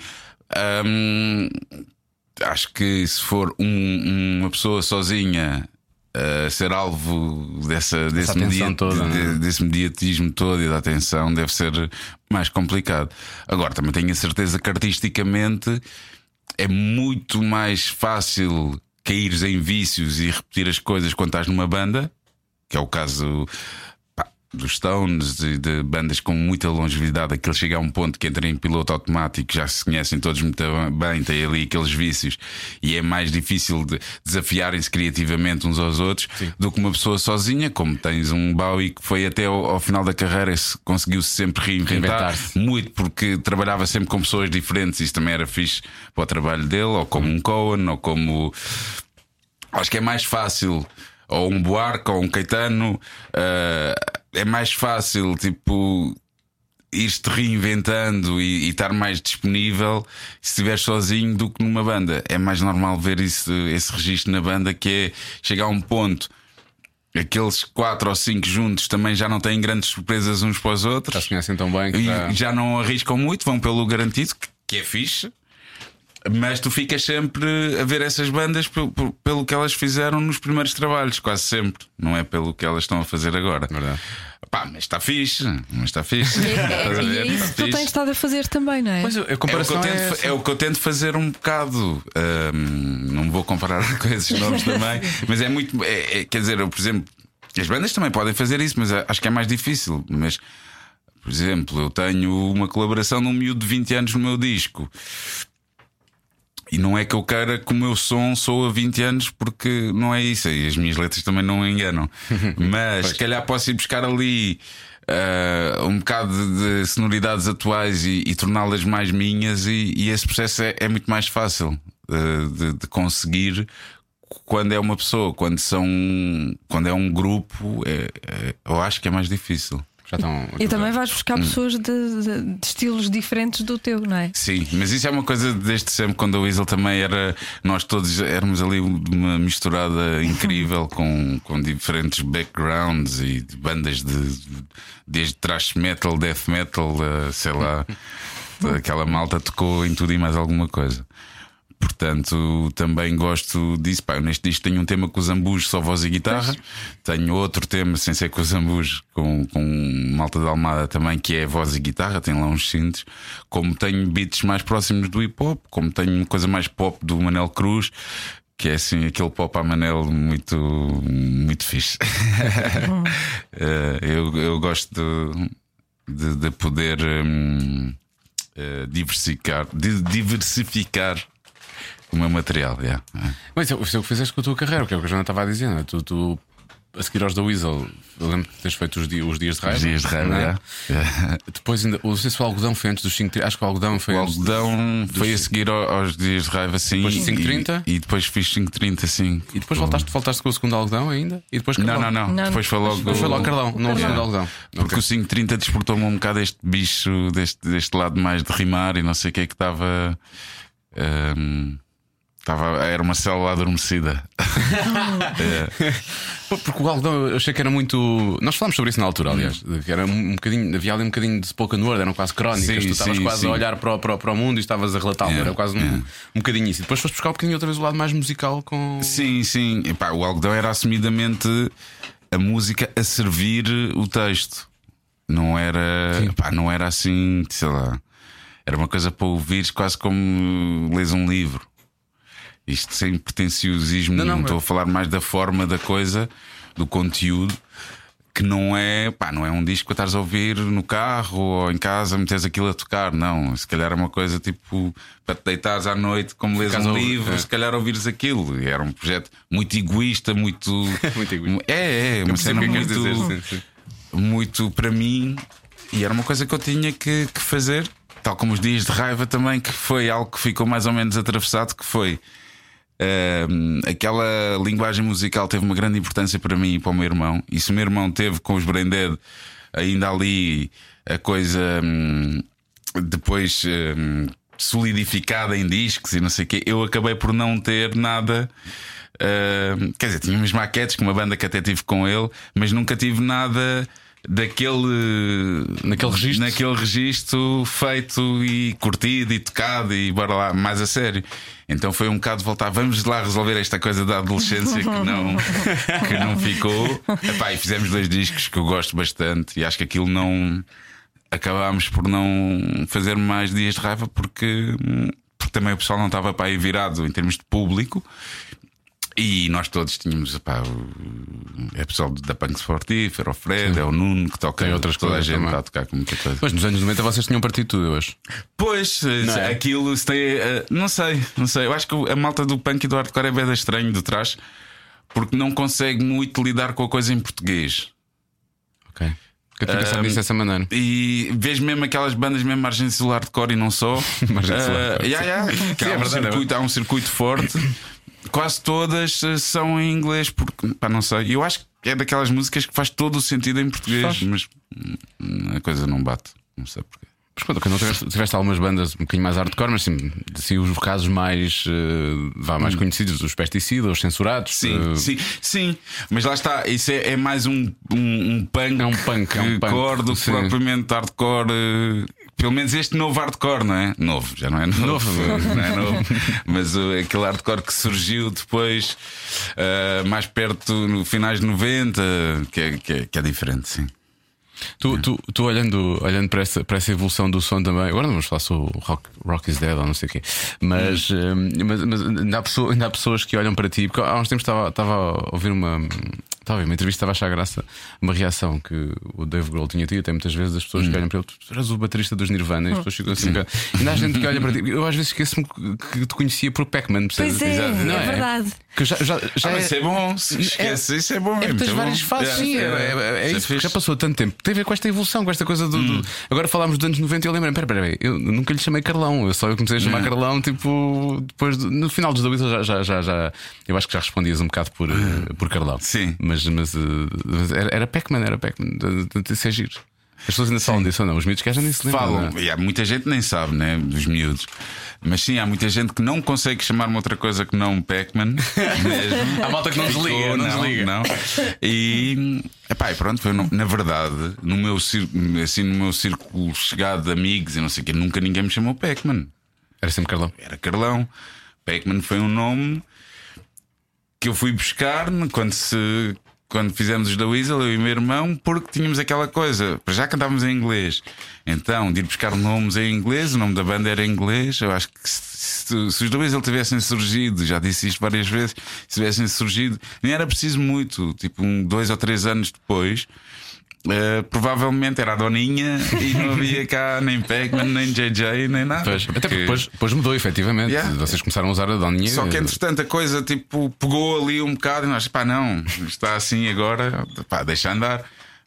Ahm, acho que se for um- uma pessoa sozinha, ah, uh, ser alvo dessa, desse, atenção media, toda, de, né? desse mediatismo todo e da atenção deve ser mais complicado. Agora, também tenho a certeza que artisticamente é muito mais fácil caíres em vícios e repetir as coisas quando estás numa banda, que é o caso pá, dos Stones e de bandas com muita longevidade. Aquele chega a um ponto que entra em piloto automático, já se conhecem todos muito bem, tem ali aqueles vícios e é mais difícil de desafiarem-se criativamente uns aos outros. Sim. Do que uma pessoa sozinha, como tens um Bowie que foi até ao, ao final da carreira, conseguiu-se sempre reinventar, muito porque trabalhava sempre com pessoas diferentes. Isso também era fixe para o trabalho dele, ou como um Cohen, ou como, acho que é mais fácil, ou um Buarque, ou um Caetano. uh, É mais fácil, tipo, ir-te reinventando e, e estar mais disponível se estiveres sozinho do que numa banda. É mais normal ver isso, esse registro na banda, que é chegar a um ponto, aqueles quatro ou cinco juntos também já não têm grandes surpresas uns para os outros, já se conhecem tão bem que e já... já não arriscam muito, vão pelo garantido, que, que é fixe. Mas tu ficas sempre a ver essas bandas pelo, pelo que elas fizeram nos primeiros trabalhos, quase sempre. Não é pelo que elas estão a fazer agora. Verdade. Pá, mas está fixe, mas está fixe. E é, e é isso que tu tens estado a fazer também, não é? Pois, a comparação é, o que eu tento, é, é o que eu tento fazer um bocado. Hum, não me vou comparar com esses nomes também, mas é muito. É, é, quer dizer, eu, por exemplo, as bandas também podem fazer isso, mas acho que é mais difícil. Mas, por exemplo, eu tenho uma colaboração de um miúdo de vinte anos no meu disco. E não é que eu queira que o meu som soa vinte anos, porque não é isso. E as minhas letras também não enganam. Mas se calhar posso ir buscar ali uh, um bocado de, de sonoridades atuais e, e torná-las mais minhas. E, e esse processo é, é muito mais fácil uh, de, de conseguir quando é uma pessoa. Quando são, quando é um grupo, é, é, eu acho que é mais difícil. Já estão... E também vais buscar pessoas de, de, de estilos diferentes do teu, não é? Sim, mas isso é uma coisa desde sempre. Quando a Weasel também era, nós todos éramos ali uma misturada incrível com, com diferentes backgrounds e de bandas de, desde thrash metal, death metal, sei lá. Aquela malta tocou em tudo e mais alguma coisa. Portanto, também gosto disso. Pá, neste disco tenho um tema com o Zambujo, só voz e guitarra. Tenho outro tema, sem ser com o Zambujo, com, com malta de Almada também, que é voz e guitarra. Tem lá uns synths. Como tenho beats mais próximos do hip hop, como tenho coisa mais pop do Manel Cruz, que é assim aquele pop a Manel muito, muito fixe. eu, eu gosto de, de, de poder um, uh, diversificar, de diversificar o meu material, yeah. Mas isso é o que fizeste com a tua carreira, que é o que a Joana estava a dizer, não é? Tu, tu a seguir aos da Weasel, eu lembro que tens feito os, dias, os dias de raiva. Os dias de raiva, não é? yeah. Yeah. Depois ainda, não sei se o algodão foi antes dos cinco trinta. Acho que o algodão foi o antes algodão dos, foi dos... a seguir aos dias de raiva, sim. Depois cinco trinta e, e depois fiz cinco trinta, sim. E depois voltaste, voltaste com o segundo algodão ainda? E depois não, não, não, não. Depois foi logo. Depois foi logo Carlão, não o segundo algodão. Porque okay. O cinco trinta despertou-me um bocado este bicho, deste, deste lado mais de rimar e não sei o que é que estava. Um... Tava, era uma célula adormecida. é. Porque o algodão eu achei que era muito. Nós falámos sobre isso na altura, aliás. Que era um bocadinho, havia ali um bocadinho de spoken word, eram quase crónicas. Sim, tu estavas quase sim. a olhar para o, para, o, para o mundo e estavas a relatá-lo. É, era quase um, é. um bocadinho isso. E depois foste buscar um bocadinho outra vez o lado mais musical com. Sim, sim. Epá, o algodão era assumidamente a música a servir o texto. Não era. Epá, não era assim, sei lá. Era uma coisa para ouvires quase como lês um livro. Isto sem pretenciosismo, não, não, não estou mas... a falar mais da forma da coisa, do conteúdo, que não é, pá, não é um disco que estás a ouvir no carro ou em casa, metes aquilo a tocar, não. Se calhar é uma coisa tipo para te deitares à noite, como lês um livro, é. Se calhar ouvires aquilo. E era um projeto muito egoísta, muito. muito egoísta. É, é, uma cena muito, dizer, sim, sim. muito para mim, e era uma coisa que eu tinha que, que fazer, tal como os dias de raiva também, que foi algo que ficou mais ou menos atravessado, que foi. Uh, aquela linguagem musical teve uma grande importância para mim e para o meu irmão. E se o meu irmão teve com os Brain Dead ainda ali a coisa um, depois um, solidificada em discos e não sei o quê, eu acabei por não ter nada. Uh, quer dizer, tinha umas maquetes com uma banda que até tive com ele, mas nunca tive nada daquele Naquele registro. naquele registro feito e curtido e tocado e bora lá, mais a sério. Então foi um bocado de voltar, vamos lá resolver esta coisa da adolescência que não, que não ficou. Epá, e fizemos dois discos que eu gosto bastante e acho que aquilo não. Acabámos por não fazer mais dias de raiva porque, porque também o pessoal não estava para aí virado em termos de público. E nós todos tínhamos, pá, é pessoal da Punk Sportivo, era o Fred, Sim. é o Nuno que toca. Tem outras toda coisas a gente também. está a tocar com muita coisa. Mas nos anos noventa vocês tinham partido tudo, eu acho. Pois, Não é? aquilo se tem. eh, Não sei, não sei. Eu acho que a malta do punk e do hardcore é bem estranho de trás porque não consegue muito lidar com a coisa em português. Ok. Eu tinha pensado Um, nisso dessa maneira. E vês mesmo aquelas bandas, mesmo margem celular de core e não só. Margem Eh, Celular de yeah, yeah, que Sim, é há, um verdade, é circuito, há um circuito forte. Quase todas eh, são em inglês, porque, pá, não sei. Eu acho que é daquelas músicas que faz todo o sentido em português, Faz. mas hum, a coisa não bate. Não sei porquê. Mas pronto, quando não tiveste, tiveste algumas bandas um bocadinho mais hardcore, mas sim, sim os casos mais, eh, vá, mais conhecidos, os pesticidas, os censurados. Hum. Sim, eh, sim, sim. Mas lá está, isso é, é mais um, um, um punk, É um punk, é um punk, core do que sim. propriamente hardcore. eh, Pelo menos este novo hardcore, não é? Novo, já não é novo, Novo. não é novo. Mas uh, aquele hardcore que surgiu depois, uh, mais perto, no finais de noventa, que é, que é, que é diferente, sim. Tu, tu, tu olhando, olhando para, essa, para essa evolução do som também, agora não vamos falar sobre o rock, rock is Dead ou não sei o quê, mas, eh, mas, mas ainda, há pessoas, ainda há pessoas que olham para ti, porque há uns tempos estava, estava a ouvir uma. Estava a ver uma entrevista, estava a achar graça uma reação que o Dave Grohl tinha tido. Até muitas vezes as pessoas que olham para ele, tu eras o baterista dos Nirvana, e as pessoas ficam assim. um bocado- Ainda há gente que olha para ti. Eu às vezes esqueço-me que te conhecia por Pac-Man. percebes? Pois é, Exato. é Não verdade. Que já, já, já Ah, é, mas isso é bom, se esquece, isso é bom. é, muito tens bom. várias fases, É, sim. É, é, é isso é isso, porque fixe. já passou tanto tempo. Tem a ver com esta evolução, com esta coisa do. do- Agora falámos dos anos noventa e eu lembrei-me, pera, pera, pera, eu nunca lhe chamei Carlão. Eu só eu comecei a chamar Não. Carlão, tipo, depois do- no final dos The Beatles já, já, já, já. Eu acho que já respondias um bocado por, eh, por Carlão. Sim. Mas, mas, eh, mas era, era Pac-Man, era Pac-Man. Isso é giro. As pessoas ainda falam disso ou não? Os miúdos que já nem se lembram. Falam, não é? e há muita gente que nem sabe, né? Dos miúdos. Mas sim, há muita gente que não consegue chamar-me outra coisa que não Pac-Man. Mesmo. Há malta que não desliga, Ficou, não desliga. Não. E, epá, e pronto, foi, no- na verdade, no meu, cir- assim, no meu círculo chegado de amigos e não sei o quê, nunca ninguém me chamou Pac-Man. Era sempre Carlão. Era Carlão. Pac-Man foi um nome que eu fui buscar quando se. Quando fizemos os da Weasel, eu e o meu irmão, porque tínhamos aquela coisa, já cantávamos em inglês. Então, de ir buscar nomes em inglês, o nome da banda era em inglês. Eu acho que se, se, se os da Weasel tivessem surgido, já disse isto várias vezes, se tivessem surgido, nem era preciso muito, tipo um, dois ou três anos depois. eh, provavelmente era a Doninha e não havia cá nem Pac-Man, nem J J, nem nada. Pois, até porque porque- depois, depois mudou, efetivamente. Yeah. Vocês começaram a usar a Doninha. Só que entretanto a coisa tipo pegou ali um bocado e nós, pá, não, está assim agora, pá, deixa andar.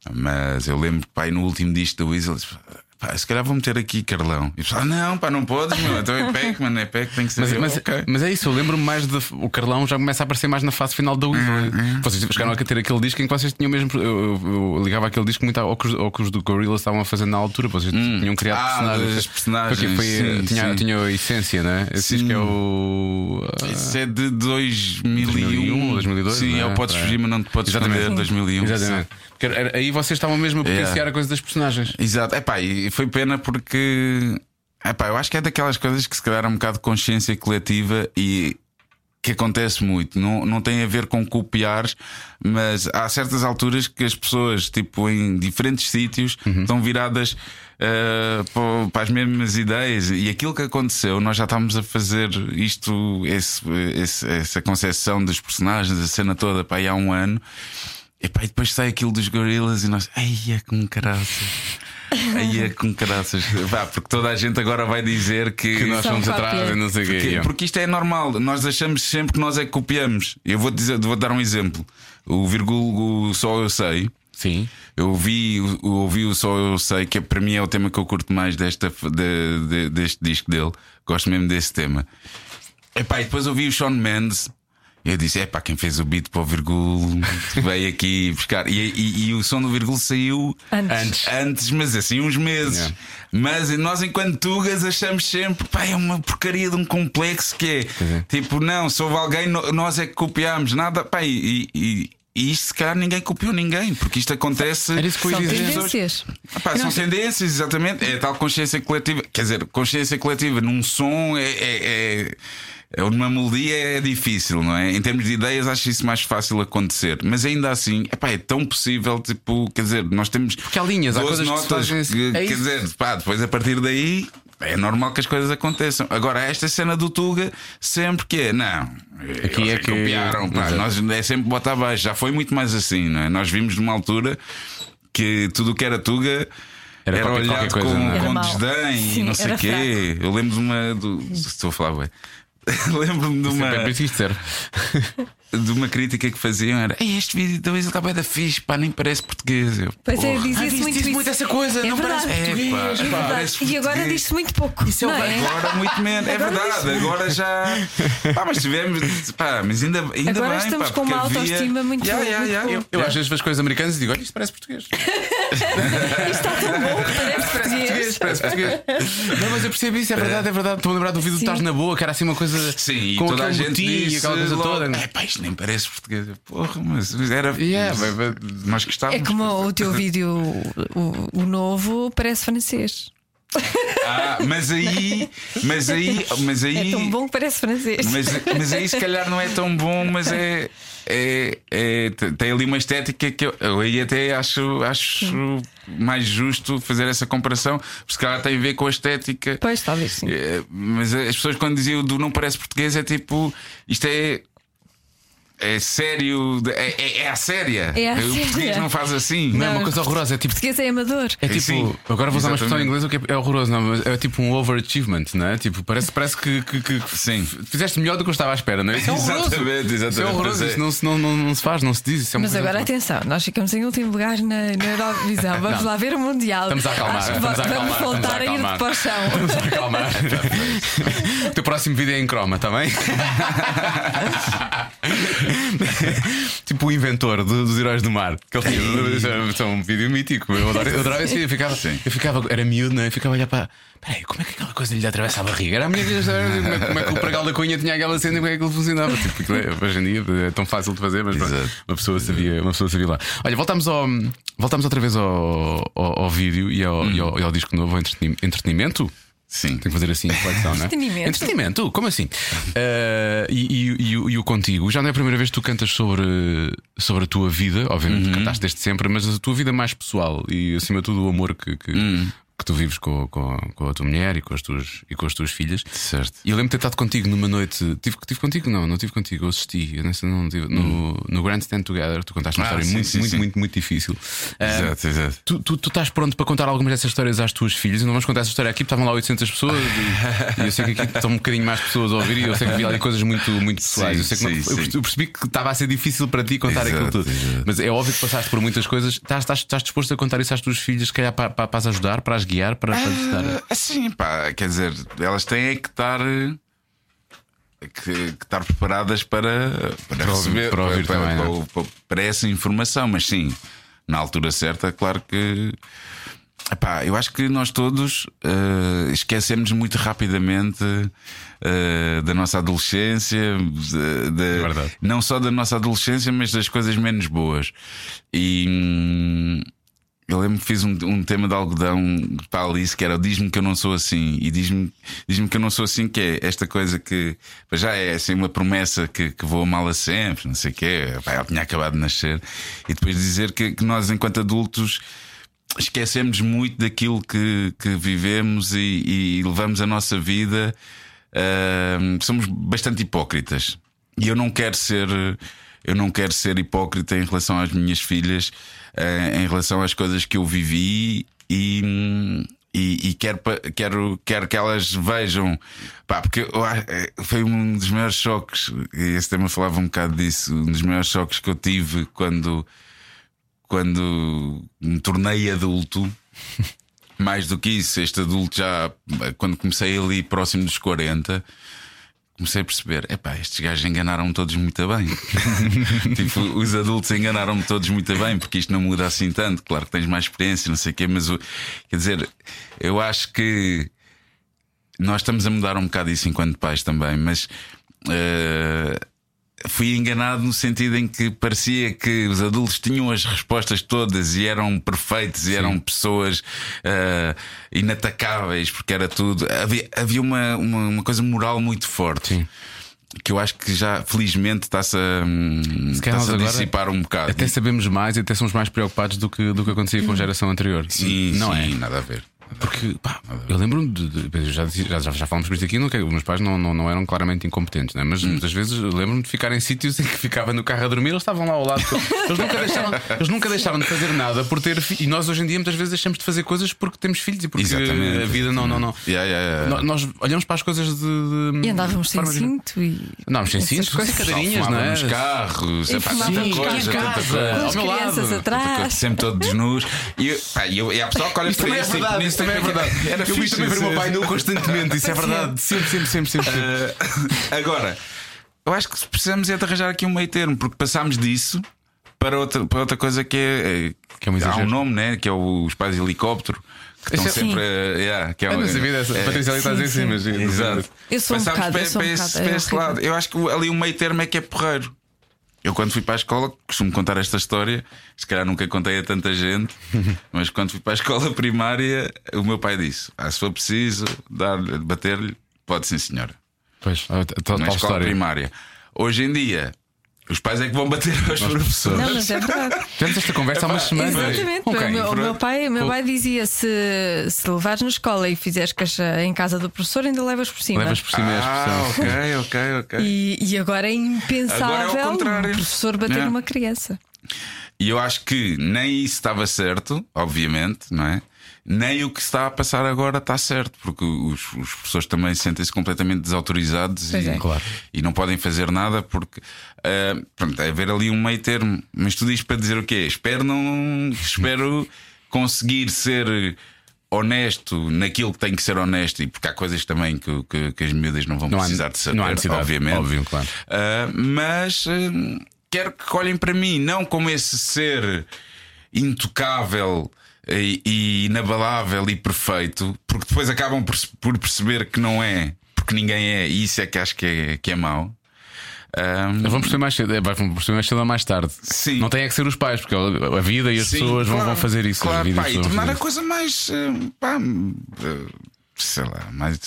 Mas eu lembro, pá, no último disco da Weasel, disse, pá, se calhar vou meter aqui Carlão. E o pessoal, não, pá, não podes, meu, então é Pac-Man, é Pac, tem que ser. Mas, eu, mas, ok. mas é isso, eu lembro-me mais de. O Carlão já começa a aparecer mais na fase final da Weasel. Vocês chegaram a ter aquele disco em que vocês tinham mesmo. Eu, eu- eu ligava aquele disco muito ao que, os, ao que os do Gorillaz estavam a fazer na altura. Vocês tinham criado Ah, personagens. as personagens, Porque foi, sim, tinha, sim. tinha a essência, né? Esse Sim. disco é o. ah, Isso é de dois mil e um, dois mil e um, dois mil e dois, Sim, não é? é o Podes É. Fugir, mas não te podes Exatamente. esconder, dois mil e um. Exatamente. Porque era- aí vocês estavam mesmo a potenciar Yeah. a coisa das personagens. Exato, epá, e foi pena porque epá, eu acho que é daquelas coisas que se calhar é um bocado de consciência coletiva e que acontece muito. Não, não tem a ver com copiares, mas há certas alturas que as pessoas, tipo, em diferentes sítios, estão viradas eh, pa- para as mesmas ideias. E aquilo que aconteceu, nós já estávamos a fazer isto, esse, esse- essa concepção dos personagens, a cena toda, pá, aí há um ano. E, pá, e depois sai aquilo dos Gorillaz e nós, ai é com caraças. Aí é com caraças. Vá, porque toda a gente agora vai dizer que, Que nós São fomos atrás cópia. e não sei o quê. porque, porque isto é normal. Nós achamos sempre que nós é que copiamos. Eu vou dizer, vou dar um exemplo. O vírgula Só Eu Sei. Sim. Eu ouvi, eu ouvi o Só Eu Sei, que é, para mim é o tema que eu curto mais desta, de- de- deste disco dele. Gosto mesmo desse tema. Epá, e depois ouvi o Shawn Mendes. Eu disse, é pá, quem fez o beat para o vírgula veio aqui buscar. E, e- e o som do vírgula saiu Antes. antes, mas assim uns meses. Yeah. Mas nós, enquanto tugas, achamos sempre, pá, é uma porcaria de um complexo que é é. tipo, não, se houve alguém, no- nós é que copiámos, nada, pá, e, e- e isto se calhar ninguém copiou ninguém, porque isto acontece. Era isso que eu ia São dizer. tendências. Epá, são tendências, exatamente. É a tal consciência coletiva. Quer dizer, consciência coletiva num som é, é, é, é numa melodia é difícil, não é? Em termos de ideias, acho isso mais fácil acontecer. Mas ainda assim, epá, é tão possível. Tipo, quer dizer, nós temos. Porque há linhas, há doze coisas que se notas. fazem- que- é quer isso. dizer, pá, depois a partir daí. É normal que as coisas aconteçam. Agora, esta cena do Tuga, sempre que é, não. Aqui eles é que- copiaram, pá, Exato. nós é sempre botar abaixo. Já foi muito mais assim, não é? Nós vimos numa altura que tudo o que era Tuga Era era, qualquer- olhado qualquer coisa, com, não é? Era com mau. desdém Sim, e não sei era o quê. Eu lembro de uma. Do, estou a falar, ué. Lembro-me de uma. É por isso que isto serve. De uma crítica que faziam era: Ei, este vídeo da Weasel Cabo é da fixe, pá, nem parece português. Eu, Pois é, porra. dizia-se diz- muito diz isso. muito essa coisa, é não verdade. parece português, É, pá, É é verdade. parece E agora português. diz-se muito pouco. não é? Agora muito menos, é Agora verdade. Agora já. Pá, mas tivemos. Pá, mas ainda, ainda Agora bem. estamos pá, com uma porque havia- autoestima muito- Yeah, yeah, muito yeah. boa. Eu às vezes vejo coisas americanas e digo: olha, isto parece português. Isto está tão bom que parece português. Parece português. Não, mas eu percebo isso, é verdade, é verdade. Estou a lembrar do vídeo do Estás na Boa, que era assim uma coisa. Sim, e com toda a aquele gente motim e disse aquela coisa logo, toda. É pá, isto nem parece português. Porra, mas era. Yeah, mas, mas- nós gostávamos. É como o teu vídeo, o, o novo, parece francês. Ah, mas aí. Mas aí. Mas aí É tão bom que parece francês. Mas, mas aí se calhar não é tão bom, mas é. é, é tem ali uma estética que eu, eu aí até acho, acho mais justo fazer essa comparação, porque se calhar tem a ver com a estética. Pois, talvez sim. É, mas as pessoas quando diziam do não parece português é tipo, isto é. É sério, é, é, é a séria. É a o séria. português não faz assim. Não é uma coisa horrorosa, é tipo. Português é amador. É tipo, Sim, agora vou usar uma expressão em exatamente. inglês, o que é, é horroroso, não, mas é tipo um overachievement, não é? Tipo, parece, parece que, que, que Sim. fizeste melhor do que eu estava à espera, não é? Isso é horroroso. Exatamente, exatamente. Isso é horroroso, Pois é. isso não, se- não, não, não se faz, não se diz. Isso é uma Mas coisa agora muito- atenção, nós ficamos em último lugar na, na Eurovisão. Vamos Não. lá ver o Mundial. Estamos a acalmar, Acho que estamos a vamos acalmar, estamos voltar a a, ir acalmar. de para o chão. Vamos a acalmar. O teu próximo vídeo é em croma, está bem? Tipo o inventor do- dos Heróis do Mar. Que ele tinha, isso é um vídeo mítico. Eu adoro, eu adorava esse vídeo. Eu ficava, eu ficava, era miúdo, não é? Eu ficava a olhar para. Peraí, como é que aquela coisa lhe atravessa a barriga? Era a minha vida, como é, como é que o pregal da cunha tinha aquela cena e como é que ele funcionava? Tipo, aquilo é- hoje em dia é tão fácil de fazer, mas pronto, Exato. uma pessoa sabia, uma pessoa sabia lá. Olha, voltamos ao. Voltamos outra vez ao, ao, ao vídeo e ao, e ao, e ao disco novo, ao entretenim- entretenimento. Sim. Tem que fazer assim, reflexão, não é? Entretenimento. Entretenimento, como assim? Uh, e, e, e, o- e o contigo, já não é a primeira vez que tu cantas sobre, sobre a tua vida, obviamente cantaste desde sempre, mas a tua vida mais pessoal e acima de tudo o amor que, que, que tu vives com, com, com a tua mulher e com as tuas, e com as tuas filhas. Certo. E eu lembro de ter estado contigo numa noite. Tive, tive contigo? Não, não tive contigo. Eu assisti. Eu nessa não tive, no, no Grandstand Together. Tu contaste uma Ah, história sim, muito, sim, muito, sim. muito, muito difícil. Uh, Exato, exato. Tu, tu, tu estás pronto para contar algumas dessas histórias às tuas filhas? Não vamos contar essa história aqui, porque estavam lá oitocentas pessoas e, e eu sei que aqui estão um bocadinho mais pessoas a ouvir e eu sei que havia ali coisas muito, muito pessoais. Sim, eu, sei que não- sim, eu sim. percebi- eu percebi que estava a ser difícil para ti contar Exato, aquilo tudo. exato. Mas é óbvio que passaste por muitas coisas. Estás, estás, estás disposto a contar isso às tuas filhas, se calhar para, para, para as ajudar, para as guiar, para, para lhes dar. Ah, Assim, pá, quer dizer, elas têm é que estar. eh, Que, que estar preparadas para, para, Para ouvir- receber para ouvir para, também, para- não é? para- para essa informação, mas sim, na altura certa, claro que. Epá, eu acho que nós todos eh, esquecemos muito rapidamente eh, da nossa adolescência, de- de- verdade. não só da nossa adolescência, mas das coisas menos boas. E hum, eu lembro que fiz um, um tema de algodão para a Alice que era o Diz-me que eu não sou assim. E diz-me diz-me que eu não sou assim, que é esta coisa que pá, já é assim uma promessa que, que vou amá-la sempre, não sei o quê. Pá, ela tinha acabado de nascer. E depois dizer que, que nós, enquanto adultos, esquecemos muito daquilo que, que vivemos e, e levamos a nossa vida. ah, somos bastante hipócritas. E eu não quero ser. Eu não quero ser hipócrita em relação às minhas filhas, ah, em relação às coisas que eu vivi e. E, e quero, pa- quero, quero que elas vejam, pá, porque eu a- eh, foi um dos maiores choques. E esse tema falava um bocado disso. Um dos maiores choques que eu tive quando, quando me tornei adulto. Mais do que isso, este adulto já, quando comecei ali próximo dos quarenta, comecei a perceber: epá, estes gajos enganaram-me todos muito bem. Tipo, os adultos enganaram-me todos muito bem, porque isto não muda assim tanto. Claro que tens mais experiência, não sei o quê, mas o- quer dizer, eu acho que nós estamos a mudar um bocado isso enquanto pais também, mas. eh, fui enganado no sentido em que parecia que os adultos tinham as respostas todas e eram perfeitos e eram pessoas uh, inatacáveis, porque era tudo. Havia, havia uma, uma, uma coisa moral muito forte. Sim. Que eu acho que já felizmente está-se a, está-se a dissipar um bocado. Até sabemos mais e até somos mais preocupados do que, do que acontecia com a geração anterior. Sim, não sim, é nada a ver. Porque pá, eu lembro-me de, de, já, já, já falamos por isto aqui, não, que os meus pais não, não, não eram claramente incompetentes, né? Mas hum. muitas vezes lembro-me de ficar em sítios em que ficava no carro a dormir, eles estavam lá ao lado. Eles nunca deixaram, eles nunca deixaram de fazer nada por ter fi... E nós hoje em dia muitas vezes deixamos de fazer coisas porque temos filhos e porque Exatamente. a vida não. não, não. Yeah, yeah, yeah. Nós olhamos para as coisas de. de e andávamos sem cinto e. Andávamos sem cinto, com cadeirinhas, não é? Nos carros, e tanta coisa, tanta coisa. As crianças atrás. Sempre todos nus. E, pá, e, eu, e há pessoal que olha para isso. Isso também é verdade. Eu vi também ver o meu pai nu constantemente, isso é verdade. Sempre, sempre, sempre, sempre. Uh, agora, eu acho que precisamos é de arranjar aqui um meio termo, porque passámos disso para outra, para outra coisa que é, que é um há um nome, né? Que é o, os pais de helicóptero. Que estão Sim. sempre a. Yeah, que é uma, é, é, Patrícia ali está a dizer sim, mas. Exato. Eu sou um passámos bocado, para, eu sou para, um esse, bocado, para é esse lado. Eu acho que ali um meio termo é que é porreiro. Eu, quando fui para a escola, costumo contar esta história. Se calhar nunca contei a tanta gente, mas quando fui para a escola primária, o meu pai disse: ah, se for preciso dar, bater-lhe, pode sim, senhora. Pois, na escola história. primária. Hoje em dia, os pais é que vão bater aos professores. Não, mas é verdade. Tivemos esta conversa há umas semanas. Exatamente. Okay. O, meu, o meu pai, meu pai dizia: se, se levares na escola e fizeres caixa em casa do professor, ainda levas por cima. Levas por cima ah, a expressão. Ok, ok, ok. E, e agora é impensável agora é o professor bater numa criança. E eu acho que nem isso estava certo, obviamente, não é? Nem o que está a passar agora está certo, porque os, os professores também sentem-se completamente desautorizados e, é. claro. e não podem fazer nada porque uh, pronto, é haver ali um meio termo. Mas tu dizes para dizer o quê? Espero, não, espero conseguir ser honesto naquilo que tem que ser honesto, e porque há coisas também que, que, que as miúdas não vão não precisar há, de saber, não há necessidade, obviamente. Óbvio, claro. uh, Mas uh, quero que olhem para mim não como esse ser intocável E, e inabalável e perfeito, porque depois acabam por, por perceber que não é, porque ninguém é, e isso é que acho que é, que é mau. Um... Vamos perceber mais cedo, vamos perceber mais cedo ou mais tarde. Sim. Não tem é que ser os pais, porque a vida e as Sim, pessoas claro, vão, vão fazer isso. Claro, pá, e tornar a coisa mais, pá, sei lá, mais.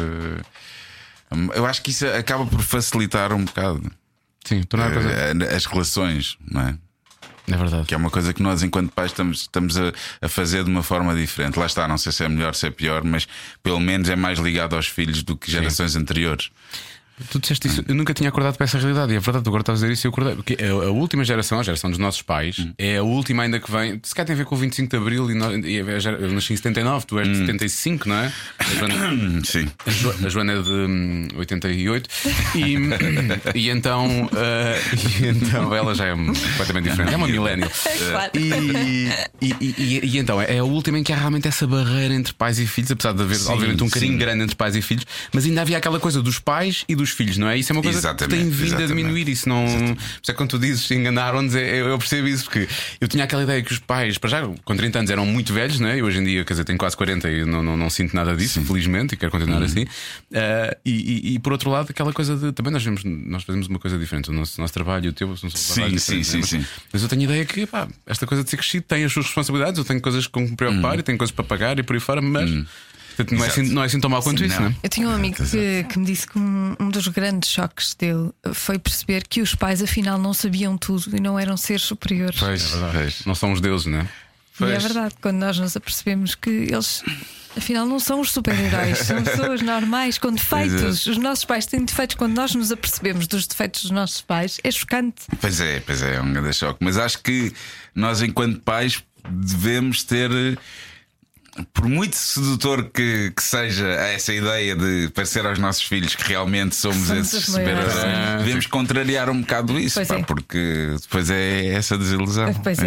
Eu acho que isso acaba por facilitar um bocado. Sim, tornar a coisa... as relações, não é? É verdade. Que é uma coisa que nós, enquanto pais, estamos, estamos a, a fazer de uma forma diferente. Lá está, não sei se é melhor, se é pior, mas pelo menos é mais ligado aos filhos do que gerações Sim. anteriores. Tu disseste isso, eu nunca tinha acordado para essa realidade. E é verdade, tu agora estás a dizer isso e eu acordei. Porque a, a última geração, a geração dos nossos pais, hum. é a última ainda que vem. Se calhar tem a ver com o vinte e cinco de Abril. E, nós, e eu nasci em setenta e nove, tu és de hum. setenta e cinco, não é? A Joana, Sim. A, jo, a Joana é de hum, oitenta e oito. E, e, então, uh, e então ela já é completamente diferente. É uma millennial. Claro. E, e, e, e então é a última em que há realmente essa barreira entre pais e filhos, apesar de haver, sim, obviamente, um carinho sim. grande entre pais e filhos, mas ainda havia aquela coisa dos pais e dos filhos, não é? Isso é uma coisa exatamente, que tem vindo exatamente. a diminuir. Isso não. Por isso é que quando tu dizes enganaram-nos, eu percebo isso, porque eu tinha aquela ideia que os pais, para já, com trinta anos, eram muito velhos, não é? E hoje em dia, quer dizer, tenho quase quarenta e não, não, não sinto nada disso, sim. felizmente, e quero continuar uhum. assim. Uh, e, e, e por outro lado, aquela coisa de. Também nós, vemos, nós fazemos uma coisa diferente. O nosso, nosso trabalho e o teu não são sim, sim, sim, mas, sim. mas eu tenho a ideia que pá, esta coisa de ser crescido tem as suas responsabilidades. Eu tenho coisas com que me preocupar uhum. e tenho coisas para pagar e por aí fora, mas. Uhum. Não é, assim, não é assim tão mal quanto sim, isso, não. não é? Eu tinha um amigo que, que me disse que um, um dos grandes choques dele foi perceber que os pais afinal não sabiam tudo e não eram seres superiores. Pois, é verdade. Não são os deuses, não é? Pois. E é verdade, quando nós nos apercebemos que eles afinal não são os super-heróis, são pessoas normais com defeitos. Os nossos pais têm defeitos. Quando nós nos apercebemos dos defeitos dos nossos pais, é chocante. Pois é, pois é, é um grande choque. Mas acho que nós, enquanto pais, devemos ter. Por muito sedutor que, que seja essa ideia de parecer aos nossos filhos que realmente somos, somos esses super-heróis, devemos contrariar um bocado isso, pá, é. porque depois é essa desilusão. Pois é. é.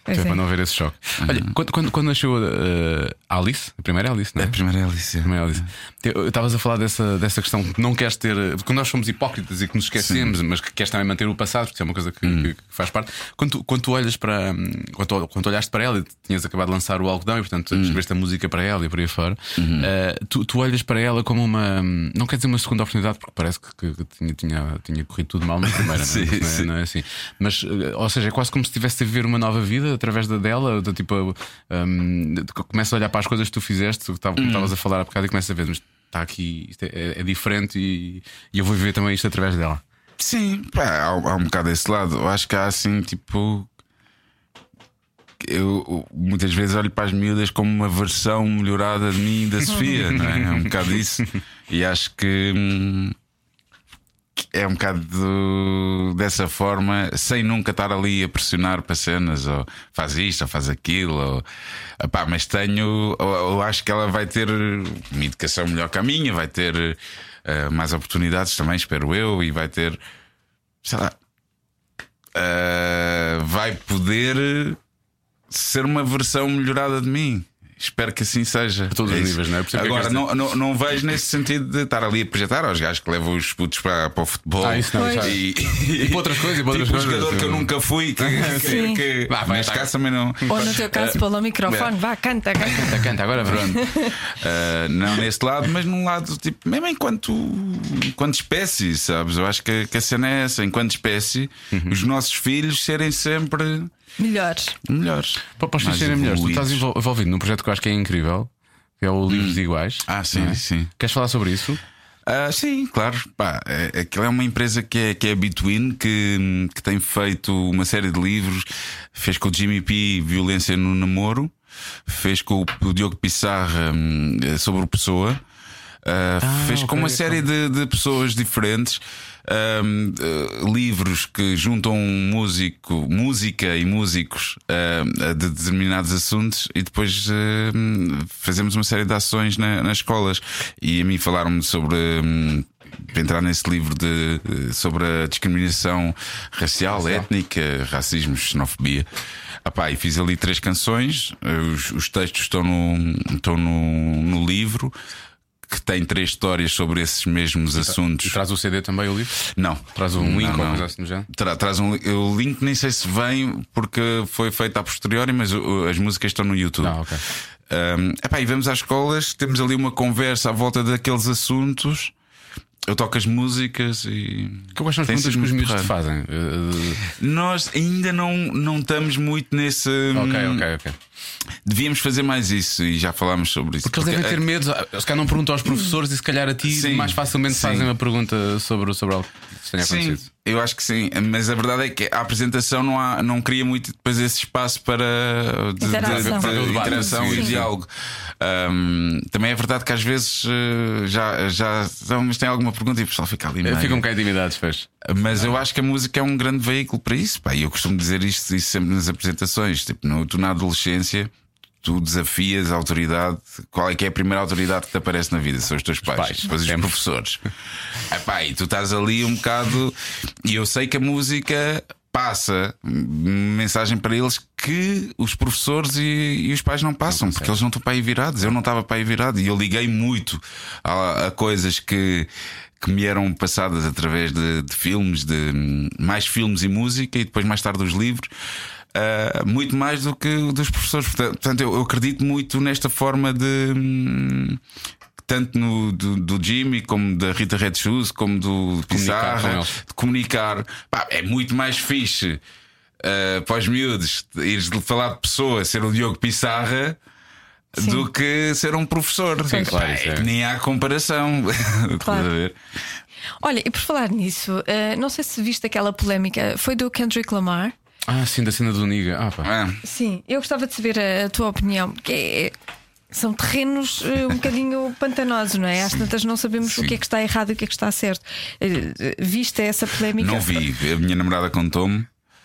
Pois Que é é. para não haver esse choque. Olha, quando, quando, quando nasceu uh, a Alice, a primeira Alice, não é? A primeira Alice. A primeira Alice. Eu- Estavas a falar dessa, dessa questão que não queres ter. Quando nós somos hipócritas e que nos esquecemos, mas que queres também manter o passado, porque isso é uma coisa que, que- que faz parte. Quando tu, quando tu olhas para. Quando tu, quando tu olhaste para ela e tinhas acabado de lançar o Algodão e, portanto, escreveste a música para ela e por aí fora, uh, tu, tu olhas para ela como uma. Não quer dizer uma segunda oportunidade, porque parece que, que- que tinha, tinha, tinha corrido tudo mal na primeira, Sim, não, é? Não, é, sim. não é assim. Mas, uh, ou seja, é quase como se estivesse a viver uma nova vida através da dela. Do tipo, um, começa a olhar para as coisas que tu fizeste, como estavas a falar há bocado, e começa a ver, mas está aqui, isto é, é diferente e, e eu vou viver também isto através dela. Sim, pá, há, há um bocado desse lado. Eu acho que há assim, tipo. Eu muitas vezes olho para as miúdas como uma versão melhorada de mim e da Sofia, não é? É um bocado isso. E acho que. hum, É um bocado do- dessa forma, sem nunca estar ali a pressionar para cenas, ou faz isto, ou faz aquilo, ou, epá, mas tenho, ou, ou acho que ela vai ter uma educação melhor que a minha, vai ter eh, mais oportunidades também, espero eu, e vai ter, sei lá, eh, vai poder ser uma versão melhorada de mim. Espero que assim seja. todos os isso. níveis, não é? Por isso é que Agora, eu quero não, não, não vejo nesse sentido de estar ali a projetar aos gajos que levam os putos para, para o futebol. Ah, isso não, Pois. isso E, E para outras coisas, e para outras tipo, coisas. um jogador que eu nunca fui, que, que, Sim. que, Vá, vai, neste tá. caso também não. Ou no teu caso, pô, o microfone, vá, canta, canta. Canta, canta, agora pronto. Uh, não nesse lado, mas num lado, tipo, mesmo enquanto, enquanto espécie, sabes? Eu acho que, que a cena é essa, enquanto espécie, os nossos filhos serem sempre Melhores. melhores. Para para os filhos Mais serem melhores, tu estás evoluídos. envol- envolvido num projeto que eu acho que é incrível, que é o Livros Iguais. Ah, sim, não é? sim. Queres falar sobre isso? Ah, sim, claro. Pá, é, aquilo é uma empresa que é, que é a Between, que, que tem feito uma série de livros. Fez com o Jimmy P Violência no Namoro, fez com o, o Diogo Pissarra hum, sobre o Pessoa. Ah, fez ok, com uma ok. série de, de pessoas diferentes. hum, eh, livros que juntam músico, música e músicos ah, de determinados assuntos, e depois hum, fazemos uma série de ações na- nas escolas. E a mim falaram-me sobre hum, para entrar nesse livro de, sobre a discriminação racial, étnica, racismo, xenofobia. Epá, e fiz ali três canções. Os, os textos estão no, estão no, no livro, que tem três histórias sobre esses mesmos E assuntos. traz o C D também, o livro? Não. Traz um link Não, ou não. coisa assim do género? Tra- traz um li- o link, nem sei se vem porque foi feito a posteriori, mas o- o- as músicas estão no YouTube. Ah, ok. Um, epá, e vamos às escolas, temos ali uma conversa à volta daqueles assuntos. Eu toco as músicas e. Que eu gosto das Tem perguntas sido que os muito miúdos te porreiro. fazem. Uh, Nós ainda não, não estamos muito nesse. ok, hum, ok, ok. Devíamos fazer mais isso e já falámos sobre isso. Porque eles devem ter a- medo, se calhar não perguntam aos professores e se calhar a ti Sim, mais facilmente sim. fazem uma pergunta sobre, sobre algo que tenha Sim, acontecido. eu acho que sim, mas a verdade é que a apresentação não, há, não cria muito depois esse espaço para de, de- Interação. de- de Sim, interação sim, e sim. diálogo. Um, também é verdade que às vezes eh, já, já mas tem alguma pergunta e o pessoal fica ali meio. Ficam um bocado intimidados, fez. Mas eu acho que a música é um grande veículo para isso. Pá, e eu costumo dizer isto, isto sempre nas apresentações. Tipo, no, tu na adolescência, tu desafias a autoridade. Qual é que é a primeira autoridade que te aparece na vida? São os teus pais, pais, depois os sempre. professores. Epá, e tu estás ali um bocado. E eu sei que a música passa mensagem para eles que os professores e, e os pais não passam, porque eles não estão para aí virados. Eu não estava para aí virado e eu liguei muito a, a coisas que, que me eram passadas através de, de filmes, de hum, mais filmes e música, e depois mais tarde os livros. Uh, muito mais do que dos professores. Portanto, portanto, eu, eu acredito muito nesta forma de. hum, tanto no, do, do Jimmy, como da Rita Red Shoes, como do Comunicar com Pissarra, eles. de comunicar. Pá, é muito mais fixe uh, para os miúdos ires falar de pessoa, ser o Diogo Pissarra, Sim. do que ser um professor. Sim, claro, Pá, isso é. que nem há comparação. Estás a ver? Olha, e por falar nisso, eh, não sei se viste aquela polémica, foi do Kendrick Lamar. Ah, sim, da cena do Niga. Ah, pá. Ah, Sim, eu gostava de saber a, a tua opinião, porque é- são terrenos eh, um bocadinho pantanosos, não é? Às tantas não sabemos Sim. o que é que está errado e o que é que está certo. Eh, eh, Viste essa polémica? não vi. A minha namorada contou-me.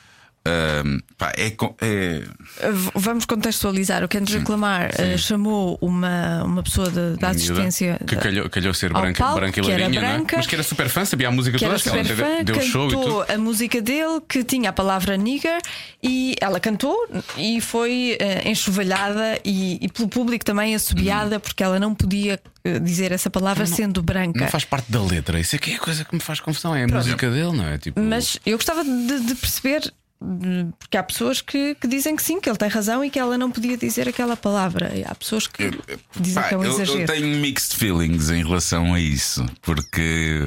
Uh, pá, é, é... Vamos contextualizar. O Kendrick Lamar uh, chamou uma, uma pessoa de, da assistência que calhou, calhou ser ao branca, palco, branca e que era lourinha, branca, não é? Mas que era super fã, sabia a música que toda, era super ela fã, deu show e cantou tudo. a música dele, que tinha a palavra nigger, e ela cantou e foi uh, enxovalhada e, e pelo público também assobiada, hum. porque ela não podia uh, dizer essa palavra não, sendo branca. Não faz parte da letra. Isso é que é a coisa que me faz confusão. É a Pronto. música dele, não é? Tipo... Mas eu gostava de, de perceber. Porque há pessoas que, que dizem que sim, que ele tem razão e que ela não podia dizer aquela palavra. E há pessoas que eu, dizem pá, que é um eu, exagero. Eu tenho mixed feelings em relação a isso, porque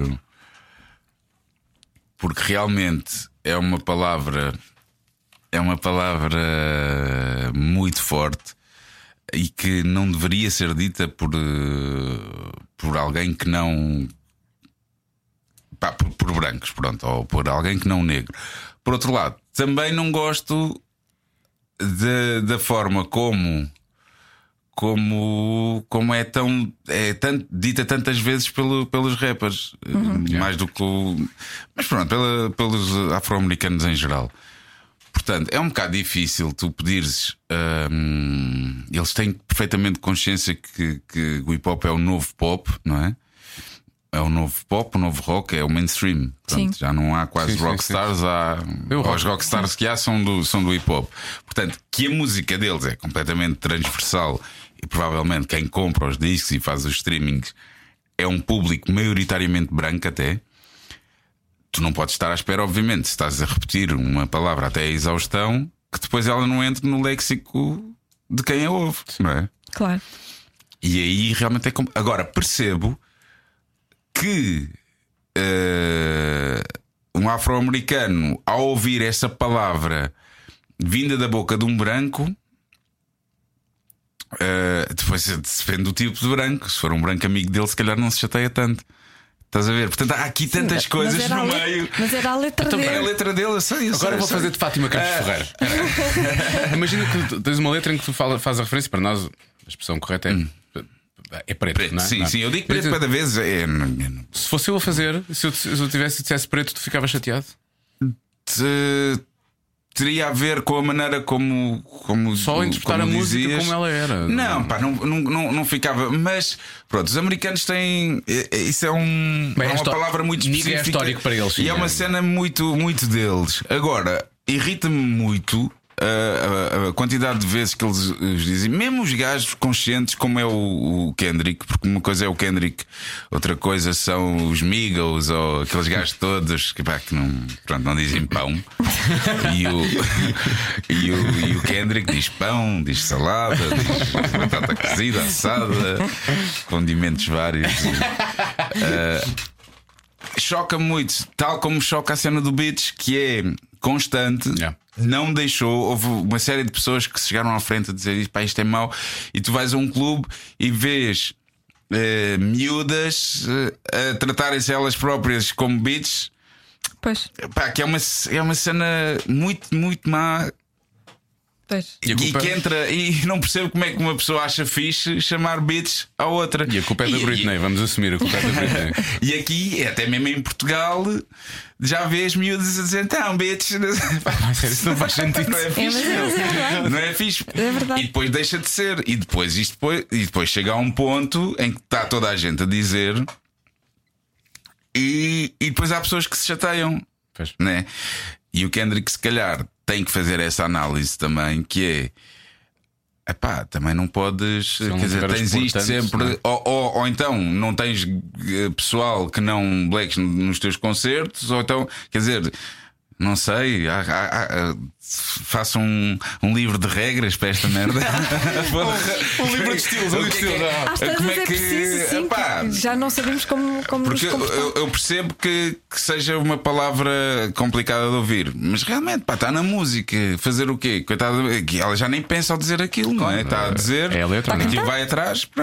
porque realmente é uma palavra é uma palavra muito forte e que não deveria ser dita por por alguém que não pá, por, por brancos, pronto, ou por alguém que não negro. Por outro lado, também não gosto de, da forma como como, como é tão é tanto, dita tantas vezes pelo, pelos rappers, uhum. mais do que o, mas pronto, pela, pelos afro-americanos em geral. Portanto, é um bocado difícil tu pedires. Hum, eles têm perfeitamente consciência que, que o hip hop é o novo pop, não é? É o novo pop, o novo rock, é o mainstream. Portanto, já não há quase sim, rockstars, sim, sim. há rock. Os rockstars que há são do, são do hip hop. Portanto, que a música deles é completamente transversal e provavelmente quem compra os discos e faz os streamings é um público maioritariamente branco até. Tu não podes estar à espera, obviamente, se estás a repetir uma palavra até a exaustão, que depois ela não entre no léxico de quem a ouve, não é? Claro. E aí realmente é como. Agora percebo que uh, um afro-americano, ao ouvir essa palavra vinda da boca de um branco, uh, depois depende do tipo de branco. Se for um branco amigo dele, se calhar não se chateia tanto. Estás a ver? Portanto, há aqui tantas Sim, coisas no letra, meio. Mas era a letra então, dele. É a letra dele, eu sei, eu Agora sei, vou sei. fazer de Fátima Campos uh... Ferreira. Imagina que tens uma letra em que tu fala, faz a referência. Para nós, a expressão correta é. Hum. É preto, preto, não é? Sim, não. sim, eu digo preto cada vez. É... Se fosse eu a fazer, se eu, se eu tivesse dissesse preto, tu ficavas chateado? Te... Teria a ver com a maneira como, como só interpretar como a música dizias. Como ela era. Não, pá, não, não, não, não ficava. Mas pronto, os americanos têm. Isso é, um, é uma palavra muito específica. É histórico para eles. Sim, e é uma cena muito, muito deles. Agora, irrita-me muito A, a, a quantidade de vezes que eles, eles dizem, mesmo os gajos conscientes, como é o, o Kendrick, porque uma coisa é o Kendrick, outra coisa são os Migos ou aqueles gajos todos que, pá, que não, pronto, não dizem pão. E o, e, o, e o Kendrick diz pão, diz salada, diz batata cozida, assada, condimentos vários. Uh, choca-me muito, tal como choca a cena do Beats, que é constante. Yeah. Não deixou, houve uma série de pessoas que chegaram à frente a dizer pá, isto é mau. E tu vais a um clube e vês uh, miúdas uh, a tratarem-se elas próprias como bitches. Pois. Pá, que é uma, é uma cena muito, muito má. Pois. E, e que entra, e não percebo como é que uma pessoa acha fixe chamar bitch à outra. E a culpa é da Britney, e, vamos assumir, a culpa é da Britney. E aqui, até mesmo em Portugal, já vês miúdos a dizer então, bitch. Isso não faz sentido, não é fixe. É, não é fixe. É verdade. E depois deixa de ser. E depois, isto depois, e depois chega a um ponto em que está toda a gente a dizer, e, e depois há pessoas que se chateiam, né? E o Kendrick, se calhar, tem que fazer essa análise também, que é epá, também não podes, quer dizer, tens isto sempre, né? ou, ou, ou então não tens pessoal que não blacks nos teus concertos, ou então, quer dizer, não sei, há, há, há, faça um, um livro de regras para esta merda. um, um livro de estilos, um livro de estilos. É, como é que é preciso, sim, epá, já não sabemos como, como porque nos eu, eu percebo que, que seja uma palavra complicada de ouvir, mas realmente pá, está na música. Fazer o quê? Coitado, ela já nem pensa ao dizer aquilo, não é? Está a dizer, é a letra, e vai atrás, pronto.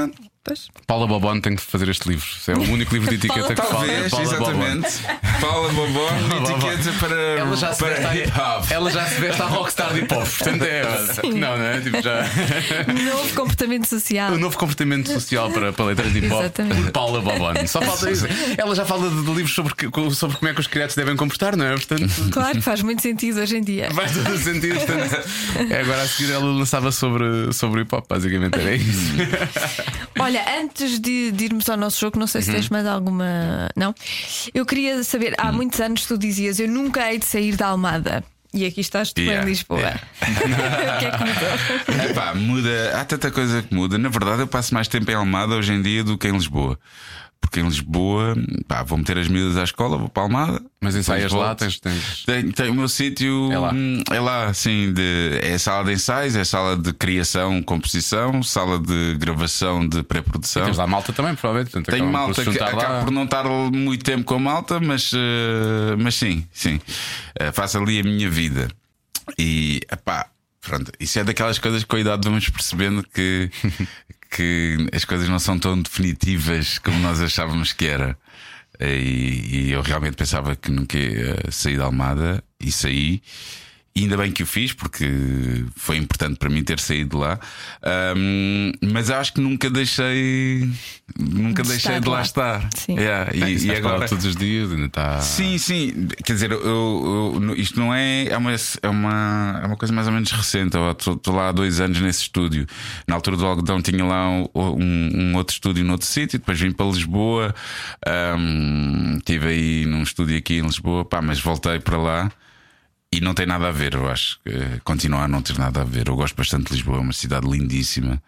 Pois. Paula Bobon tem que fazer este livro. É o único livro de etiqueta que fala. É Talvez, Paula exatamente. Paula Bobon, etiqueta para, Ela já se para veste hip hop. a, ela já se veste a rockstar de hip hop. Portanto, é. Não, não é? Tipo, já. Novo comportamento social. O novo comportamento social para, para letras de hip hop Exatamente. por Paula Bobon. Só falta isso. Ela já fala de, de livros sobre, que- sobre como é que os criados se devem comportar, não é? Portanto. Claro que faz muito sentido hoje em dia. Faz todo o sentido. Portanto, é, agora a seguir ela lançava sobre, sobre hip hop, basicamente era isso. Olha, antes de, de irmos ao nosso jogo, não sei se tens mais alguma. Não? Eu queria saber, há muitos anos tu dizias: eu nunca hei de sair da Almada. E aqui estás tu Yeah, em Lisboa. yeah. O que é que mudou? Epá, muda, há tanta coisa que muda. Na verdade, eu passo mais tempo em Almada hoje em dia do que em Lisboa. Porque em Lisboa, pá, vou meter as miúdas à escola, vou para Almada. Mas ensaias depois lá, volto. tens. tens... Tem, tem o meu sítio. É lá. hum, É lá, sim. De, é sala de ensaios, é sala de criação, composição, sala de gravação, de pré-produção. Tens lá malta também, provavelmente. Portanto, Tenho acabam por malta se que juntar lá. acabo por não estar muito tempo com a malta, mas, eh, mas sim, sim. Eh, faço ali a minha vida. E epá, pronto, isso é daquelas coisas que com a idade vamos percebendo que, que as coisas não são tão definitivas como nós achávamos que era. E, e eu realmente pensava que nunca ia sair da Almada e saí. E ainda bem que o fiz, porque foi importante para mim ter saído de lá. Ahm, mas acho que nunca deixei. Nunca De deixei estar de lá lá. estar. Sim. Yeah, É, e, isso e faz agora parte todos os dias, ainda está. Sim, sim. Quer dizer, eu, eu- isto não é. É uma, é, uma, é uma coisa mais ou menos recente. Eu estou lá há dois anos nesse estúdio. Na altura do algodão tinha lá um, um- um outro estúdio noutro sítio. Depois vim para Lisboa. Ahm, estive aí num estúdio aqui em Lisboa. Pá, mas voltei para lá. E não tem nada a ver, eu acho que continua a não ter nada a ver. Eu gosto bastante de Lisboa, é uma cidade lindíssima,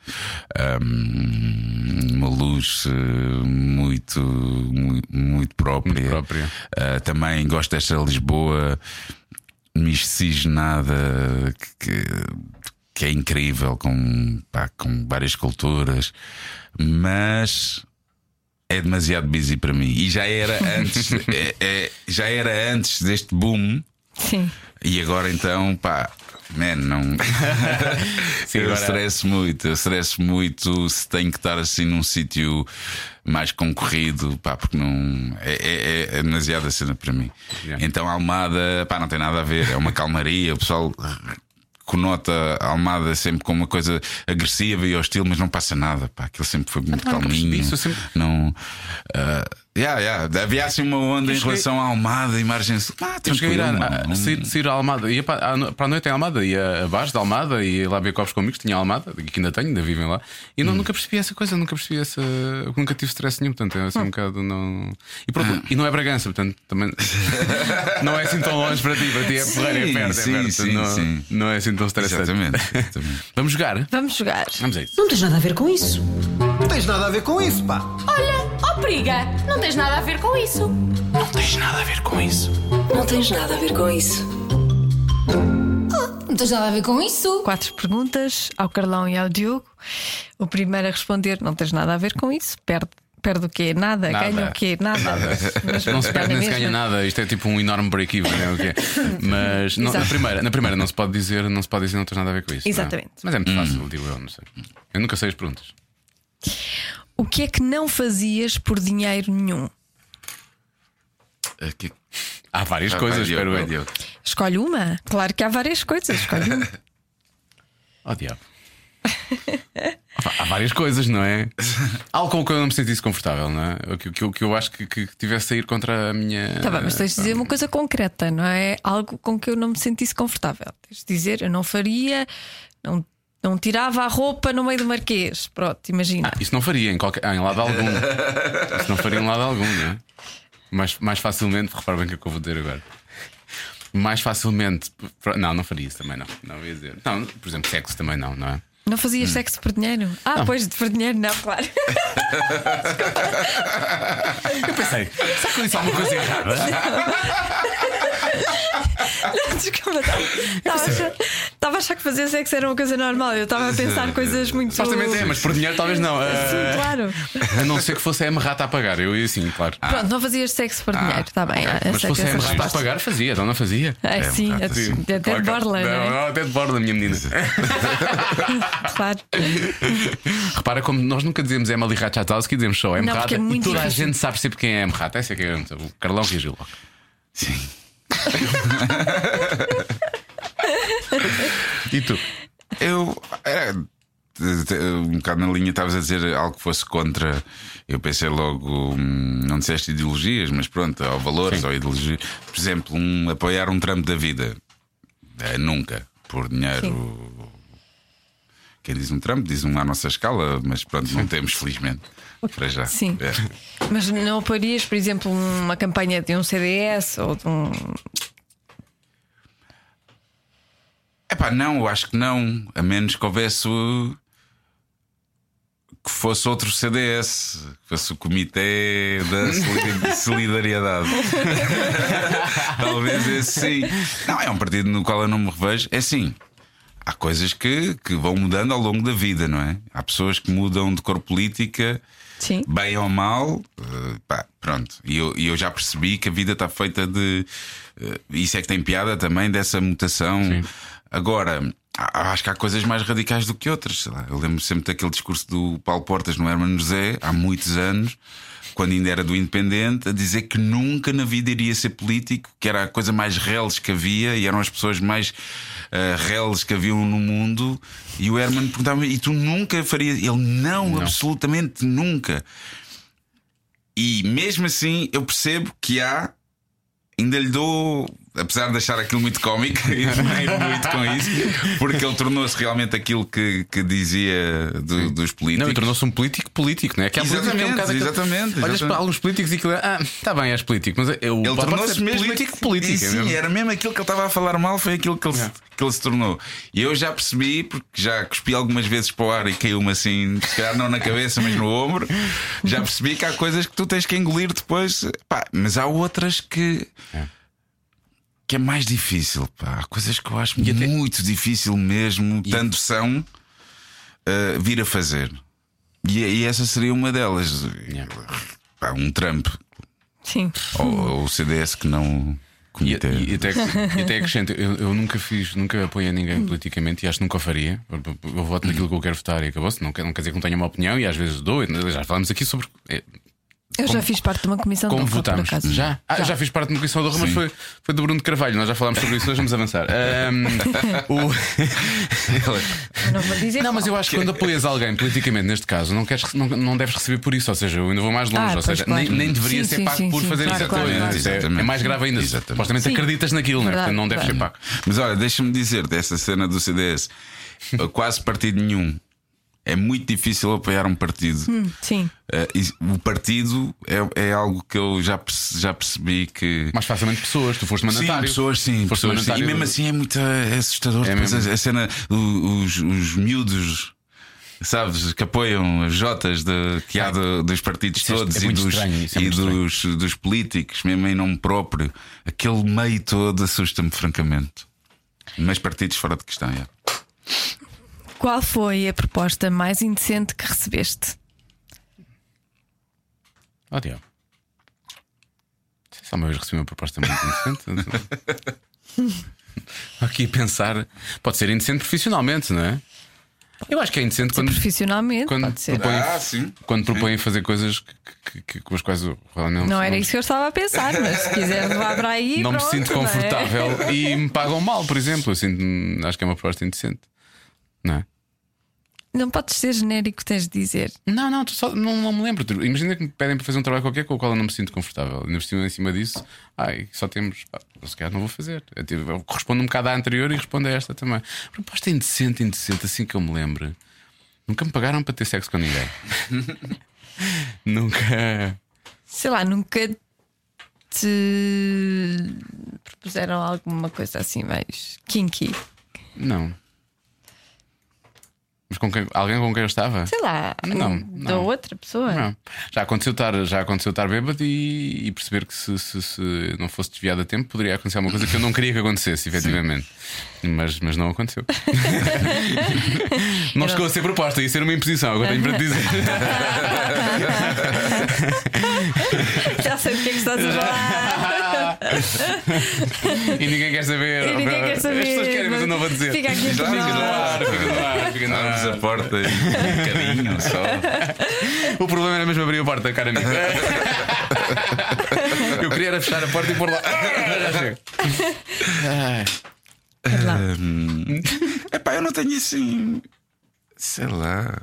um, uma luz uh, muito, muito, muito própria. Muito própria. Uh, também gosto desta Lisboa miscigenada que, que é incrível, com, pá, com várias culturas, mas é demasiado busy para mim. E já era antes, é- é- já era antes deste boom. Sim. E agora então, pá, man, não. Sim, eu agora- estresso muito, eu estresso muito se tenho que estar assim num sítio mais concorrido, pá, porque não. É, é, é demasiada cena para mim. Yeah. Então a Almada, pá, não tem nada a ver, é uma calmaria, o pessoal conota a Almada sempre como uma coisa agressiva e hostil, mas não passa nada, pá, aquilo sempre foi muito Ah, nunca calminho. percebi isso, eu sempre- Não. ah, yeah, yeah. Havia assim uma onda em cheguei- relação à Almada e margem sul. Ah, Eu cheguei a ir tranquilo, a, a, não- sair, sair a Almada, ia para, a, para a noite em Almada, ia a bares de Almada, ia lá ver copos com amigos, tinha Almada, que ainda tenho, ainda vivem lá, e não, nunca percebi essa coisa, nunca percebi essa. Nunca tive stress nenhum, portanto é assim um bocado. Não... E, pronto, e não é Bragança, portanto também. Não é assim tão longe para ti, para ti é porreiro, é Sim, perto, é sim, perto, sim, não, sim. não é assim tão estressante. Exatamente, exatamente. Vamos jogar? Vamos jogar. Vamos a isso. Não tens nada a ver com isso. Não tens nada a ver com isso, pá. Olha, ó periga, não tens nada a ver com isso. Não tens nada a ver com isso. Não tens nada a ver com isso. Não tens nada a ver com isso. Quatro perguntas ao Carlão e ao Diogo. O primeiro a responder: não tens nada a ver com isso. Perde, perde o quê? Nada. Nada. Ganha o quê? Nada. Mas Não se ganha perde nem se mesmo. ganha nada, isto é tipo um enorme break-even, não é o quê? Mas não, na, Exato. primeira, na primeira não se pode dizer, não se pode dizer não tens nada a ver com isso. não é? Exatamente. Mas é muito fácil, digo eu, não sei. Eu nunca sei as perguntas. O que é que não fazias por dinheiro nenhum? Aqui. Há várias Vai, coisas, vai, Diogo, espero vai, eu. Diogo. Escolhe uma. Claro que há várias coisas. Escolhe uma. Oh, diabo. Há várias coisas, não é? Algo com que eu não me sentisse confortável, não é? O que, que, eu- que eu acho que, que tivesse a ir contra a minha. Tá bem, mas tens de dizer uma coisa concreta, não é? Algo com que eu não me sentisse confortável. Tens de dizer: eu não faria, não, não tirava a roupa no meio do Marquês. Pronto, imagina. Ah, isso não faria em, qualquer, ah, em lado algum. Isso não faria em lado algum, não é? Mais, mais facilmente, repara bem o que é que eu vou dizer agora. Mais facilmente. Não, não faria isso também, não. Não ia dizer. Não, por exemplo, sexo também não, não é? Não fazias sexo por dinheiro? Ah, pois, por dinheiro, não, claro. Eu pensei, será que eu disse alguma coisa errada? Desculpa, estava estava a achar que fazer sexo era uma coisa normal. Eu estava a pensar coisas muito. Supostamente é, mas por dinheiro talvez não. Sim, Ah, claro. a não ser que fosse a M-Rata a pagar. Eu ia sim, claro. Pronto, não fazias sexo por dinheiro, está bem. Mas se aceito fosse a essa M-Rata a resposta. pagar, fazia, então não fazia. Ah, É, sim, um até, bocado assim. até de Claro que- borla, não não, é? não, até de borla, minha menina. Claro. Repara como nós nunca dizemos Emily Ratajkowski, dizemos só Não, M-Rata porque é e muito toda a difícil. gente sabe sempre quem é M-Rata. Essa é que é o Carlão reagiu logo. Sim. E tu? Eu. É, um bocado na linha, estavas a dizer algo que fosse contra. Eu pensei logo, hum, não disseste ideologias, mas pronto, ou valores Sim. ou ideologias. Por exemplo, um, apoiar um Trump da vida. É, nunca. Por dinheiro. Quem diz um Trump diz um à nossa escala, mas pronto, não temos, felizmente. Para já. Sim. É. Mas não apoiarias, por exemplo, uma campanha de um C D S ou de um. Epá, não, eu acho que não. A menos que houvesse o- que fosse outro C D S, que fosse o Comitê da Solid- Solidariedade. Talvez esse sim. Não, é um partido no qual eu não me revejo. É assim. Há coisas que, que vão mudando ao longo da vida, não é? Há pessoas que mudam de cor política, Sim. bem ou mal, eh, pá, pronto. E eu, e eu já percebi que a vida está feita de. eh, isso é que tem piada também dessa mutação. Sim. Agora, há- acho que há coisas mais radicais do que outras. Sei lá, eu lembro sempre daquele discurso do Paulo Portas no Hermano José, há muitos anos, quando ainda era do Independente, a dizer que nunca na vida iria ser político, que era a coisa mais reles que havia e eram as pessoas mais uh, reles que haviam no mundo. E o Hermano perguntava: e tu nunca farias? Ele, não, Não. absolutamente nunca. E mesmo assim, eu percebo que há. Ainda lhe dou, apesar de achar aquilo muito cómico, e rir muito com isso, porque ele tornou-se realmente aquilo que, que dizia do- dos políticos. Não, e tornou-se um político político, não é? Que a política é um Exatamente, bocado aquele- exatamente, Olhas exatamente. para alguns políticos e aquilo é, ah, está bem, és político, mas eu, Ele tornou-se mesmo político, aqu- político. E é sim, mesmo. era mesmo aquilo que ele estava a falar mal, foi aquilo que ele, se- É. que ele se tornou. E eu já percebi, porque já cuspi algumas vezes para o ar e caiu-me assim, se calhar não na cabeça, mas no ombro. Já percebi que há coisas que tu tens que engolir depois. Pá, mas há outras que. Que é mais difícil, pá. Há coisas que eu acho E até- muito difícil mesmo, tanto são, uh, vir a fazer. E, e essa seria uma delas. Yeah. Pá, um Trump Sim. ou, ou o C D S que não. E, Comitê. e, e até, e até acrescento, eu, eu nunca fiz, nunca apoiei ninguém politicamente e acho que nunca o faria. Eu, eu voto naquilo que eu quero votar e acabou-se. Não quer, não quer dizer que não tenha uma opinião e às vezes dou. Já falamos aqui sobre. é, Eu Como- já fiz parte de uma comissão Como de honra, por votámos? acaso. Já? Ah, já. fiz parte de uma comissão de honra, mas Sim. foi, foi do Bruno de Carvalho. Nós já falámos sobre isso, hoje vamos avançar. Ahm, o- Não vou dizer. Não, mas eu acho que quando apoias alguém politicamente, neste caso, não, queres, não, não deves receber por isso. Ou seja, eu ainda vou mais longe. Ah, ou pois, seja, claro. nem, nem deveria Sim, ser sim, pago sim, por sim, fazer claro, isso. claro, Isso é- claro. Isso é, é Exatamente. mais grave ainda. Exatamente. Supostamente Sim. acreditas naquilo, não é? Verdade, Portanto, não deves ser verdade. pago. Mas olha, deixa-me dizer dessa cena do C D S, quase partido nenhum. É muito difícil apoiar um partido. Hum, sim. Eh, e o partido é, é algo que eu já, perce- já percebi que. Mais facilmente pessoas, tu foste Sim, mandatário. pessoas sim, Foste pessoas, sim. mandatário E mesmo do- assim é muito é assustador. É Depois mesmo. a, a cena, o- os, os miúdos, sabes, que apoiam as Jotas de, que há do- dos partidos Isso é- todos é e, muito dos, estranho, isso é e muito dos, dos políticos, mesmo em nome próprio. Aquele meio todo assusta-me, francamente. Mas partidos fora de questão, é. Qual foi a proposta mais indecente que recebeste? Oh, Diogo. Só uma vez recebi uma proposta muito indecente. Aqui a pensar, pode ser indecente profissionalmente, não é? Eu acho que é indecente quando, Profissionalmente, quando, pode ser. propõem, Ah, sim. quando propõem fazer coisas que, que- que- com as quais eu realmente Não era isso que eu estava a pensar, mas se quiser levar para aí. não me pronto, sinto não é? confortável e me pagam mal, por exemplo. Eu sinto, acho que é uma proposta indecente, não é? Não podes ser genérico, tens de dizer. Não, não, tu só, não, não me lembro. Tu- Imagina que me pedem para fazer um trabalho qualquer com o qual eu não me sinto confortável. Ainda por cima, em cima disso, ai, só temos. Pá, se calhar não vou fazer. Eu, tive- eu respondo um bocado à anterior e respondo a esta também. Proposta indecente, indecente, assim que eu me lembro. Nunca me pagaram para ter sexo com ninguém. Nunca. Sei lá, nunca te propuseram alguma coisa assim mais kinky. Não. Mas com quem, alguém com quem eu estava? Sei lá, Não, da não. outra pessoa. Não. Já aconteceu estar, já aconteceu estar bêbado e, e perceber que se, se, se não fosse desviado a tempo poderia acontecer uma coisa que eu não queria que acontecesse, efetivamente. Mas, mas não aconteceu. Não chegou a ser proposta, ia ser uma imposição, agora tenho para te dizer. Já sei do que é que estás a falar. E ninguém quer saber. E ninguém quer saber. As pessoas querem, mas eu não vou dizer. Fica aqui Diz lá, entre diz nós. lá. Fica no ar, fica no ar. Abres a porta e um bocadinho só. O problema era mesmo abrir a porta, cara amigo. Eu queria era fechar a porta e pôr lá. Já chega. Hum, epá, eu não tenho assim, sei lá,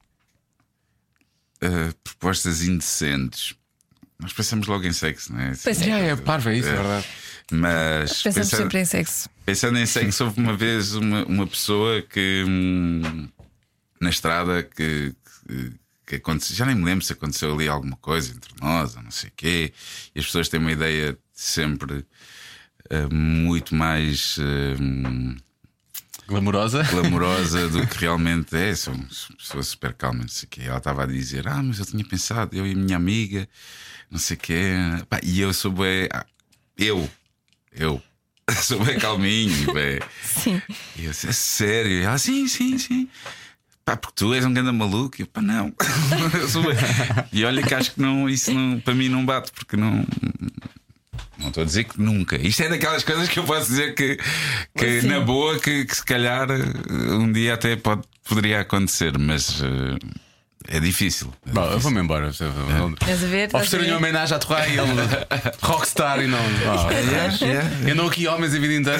uh, propostas indecentes. Nós pensamos logo em sexo, não é? Pois é. Já é parvo, é isso, é verdade. Mas Pensamos pensando, sempre em sexo. pensando em sexo, houve uma vez uma, uma pessoa que hum, na estrada que, que, que aconteceu, já nem me lembro se aconteceu ali alguma coisa entre nós ou não sei o quê, e as pessoas têm uma ideia sempre uh, muito mais uh, Glamourosa. glamourosa do que realmente é. São pessoas super calmas, não sei o quê. Ela estava a dizer: Ah, mas eu tinha pensado, eu e a minha amiga, não sei o quê. Pá, e eu sou bem. Ah, eu, eu sou bem calminho, bem. Sim. E eu disse: É sério? E ela: Sim, sim, sim. Pá, porque tu és um grande maluco. E eu: Pá, não. Eu sou bem. E olha que acho que não, isso não, para mim não bate, porque não. Não estou a dizer que nunca. Isto é daquelas coisas que eu posso dizer que, que na boa, que, que se calhar um dia até pode, poderia acontecer, mas uh, é difícil. É Bom, eu difícil. vou-me embora. Estás a ver? Estás a Oferecer-lhe ver? uma homenagem à Torre e ele rockstar e não. Oh, Yeah, yeah. eu não aqui homens a vida inteira.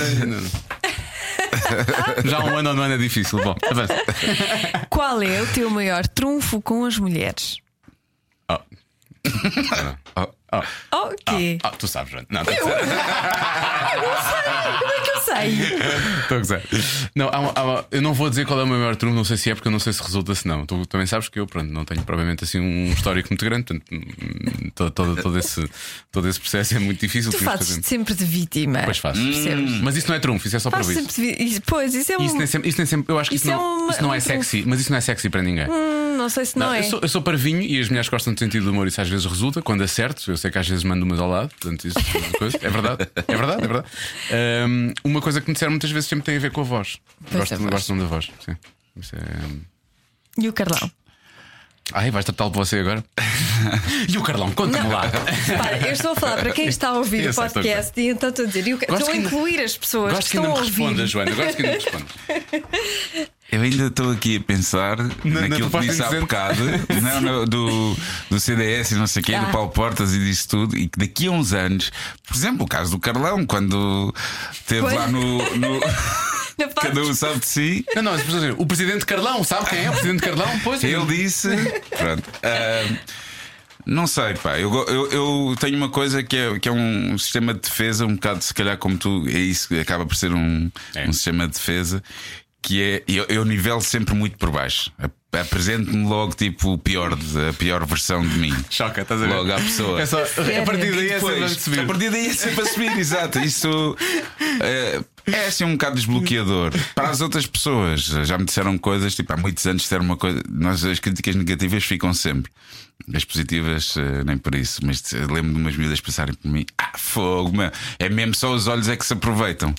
Já um ano ou não ano é difícil. Bom, avança. Qual é o teu maior trunfo com as mulheres? Oh. Oh. Oh. O quê? Oh, tu sabes, Joana. Não, estou a gozar. Como é que eu sei? Estou a gozar. Não, há uma- há uma- eu não vou dizer qual é o meu maior trunfo, não sei se é porque eu não sei se resulta, se não. Tu também sabes que eu, pronto, não tenho provavelmente assim um histórico muito grande, portanto, hum, todo, todo, todo, esse, todo esse processo é muito difícil. Tu temos que fazes fazer- sempre de vítima. Pois faço. Percebes? Mas isso não é trunfo, isso é só para Fazes isso. sempre de vi- Pois, isso é um. Isso nem sempre, isso nem sempre, eu acho que isso, Isso é não, uma- isso não é um trunfo. sexy, mas isso não é sexy para ninguém. Hum, não sei se não, Não, é. eu, sou, eu sou parvinho e as mulheres gostam de sentido de humor, isso às vezes resulta, quando acerto. Eu sei que às vezes mando umas ao lado, portanto, isso é uma coisa. É verdade, é verdade, é verdade. Ahm, uma coisa que me disseram muitas vezes sempre tem a ver com a voz. Pois, Gostam, a voz. gostam da voz. Sim. Isso é... E o Carlão? Ai, vais tratá-lo de você agora? E o Carlão, conta-me lá. Para, eu estou a falar para quem está a ouvir Eu o sei, estou a podcast e então estou a dizer, e o- Gosto estou a que ainda- incluir as pessoas Gosto que que ainda estão me a ouvir. respondas, Joana. Gosto que ainda me respondas. Eu ainda estou aqui a pensar na naquilo que proposta disse há indecente. bocado, não, no- do, do C D S e não sei o quê, Ah. do Paulo Portas e disso tudo, e que daqui a uns anos, por exemplo, o caso do Carlão, quando esteve Pois. lá no. no Na parte- cada um sabe de si. Não, não, mas por exemplo, o Presidente Carlão, sabe quem é o Presidente Carlão? Pois Ele disse. Pronto. ah, não sei, pá. Eu, go- eu, eu tenho uma coisa que é, que é um sistema de defesa, um bocado, se calhar, como tu, é isso que acaba por ser um, É. um sistema de defesa, que é. Eu, eu nivelo sempre muito por baixo. Apresento-me logo, tipo, o pior, de- a pior versão de mim. Choca, estás a ver? Logo à pessoa. É só, a partir daí é sempre a subir. a partir daí é sempre a subir, exato. Isso é, é assim um bocado desbloqueador. Para as outras pessoas, já me disseram coisas, tipo, há muitos anos disseram uma coisa. Nós, as críticas negativas ficam sempre. As positivas, eh, nem por isso. Mas eh, lembro de umas miúdas passarem por mim. Ah, fogo, meu. É mesmo só os olhos é que se aproveitam.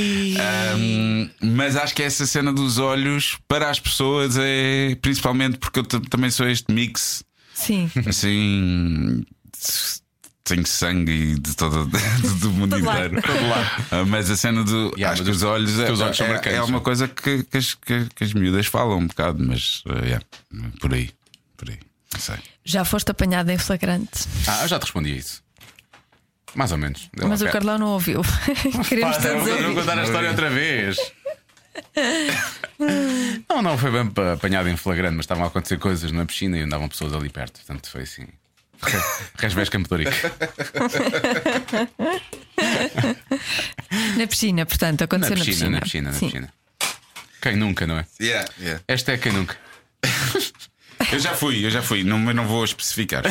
Ahm, mas acho que essa cena dos olhos para as pessoas é principalmente porque eu t- também sou este mix. Sim. Assim, tenho sangue de todo do mundo Todo lado. inteiro. Ah, Mas a cena do. Yeah, acho mas que os olhos, é, teus olhos são é, marcantes. é uma coisa que, que, as, que, que as miúdas falam um bocado, mas uh, yeah, por aí. Por aí. Não sei. Já foste apanhado em flagrante. Ah, eu já te respondi a isso. Mais ou menos. Deu Mas lá o perto. Carlão não ouviu. Queremos Pá, todos não, não ouvir. contar a história outra vez. Não, não foi bem pa- apanhado em flagrante, mas estavam a acontecer coisas na piscina e andavam pessoas ali perto. Portanto, foi assim. Resvés Campetorico. Na piscina, portanto, Na aconteceu piscina, na na piscina. piscina, na Sim. piscina. Quem nunca, não é? Yeah, yeah. Esta é quem nunca. Eu já fui, eu já fui, não, mas não vou especificar.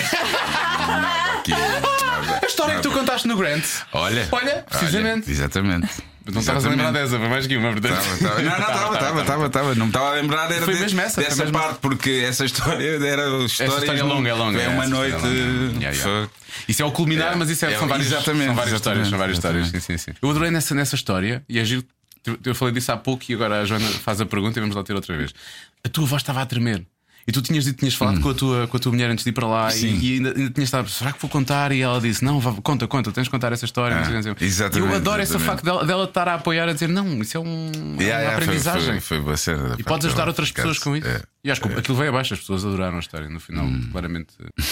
Nada aqui, nada, A história que tu nada. contaste no Grant. Olha, Olha, precisamente. olha, exatamente. Não estavas a lembrar dessa, foi mais que uma, portanto. Tava, tava. Não, não, estava, estava, estava, estava. Não me estava a lembrar era Foi de, mesmo essa, foi dessa mesmo parte, porque essa história era história, história é longa, é longa. É uma essa noite. história é longa. Yeah, yeah. Foi- Isso é o culminar, É, mas isso é, é, são, várias, exatamente, são várias exatamente, histórias. São várias histórias. Sim, exatamente. sim, sim. Eu adorei nessa, nessa história e é giro. Eu falei disso há pouco e agora a Joana faz a pergunta e vamos lá ter outra vez. A tua voz estava a tremer. E tu tinhas dito, tinhas falado hum. com, a tua, com a tua mulher antes de ir para lá e, e ainda, ainda tinhas estado, será que vou contar? E ela disse: não, vá, conta, conta, tens de contar essa história. Ah, não sei, não sei. exatamente, e eu adoro exatamente. esse facto dela, dela estar a apoiar, a dizer: não, isso é, um, é Yeah, uma yeah, aprendizagem. Foi, foi, foi cena E podes ajudar outras pessoas com isso. É, E acho que é. aquilo veio abaixo, as pessoas adoraram a história. No final, hum. claramente.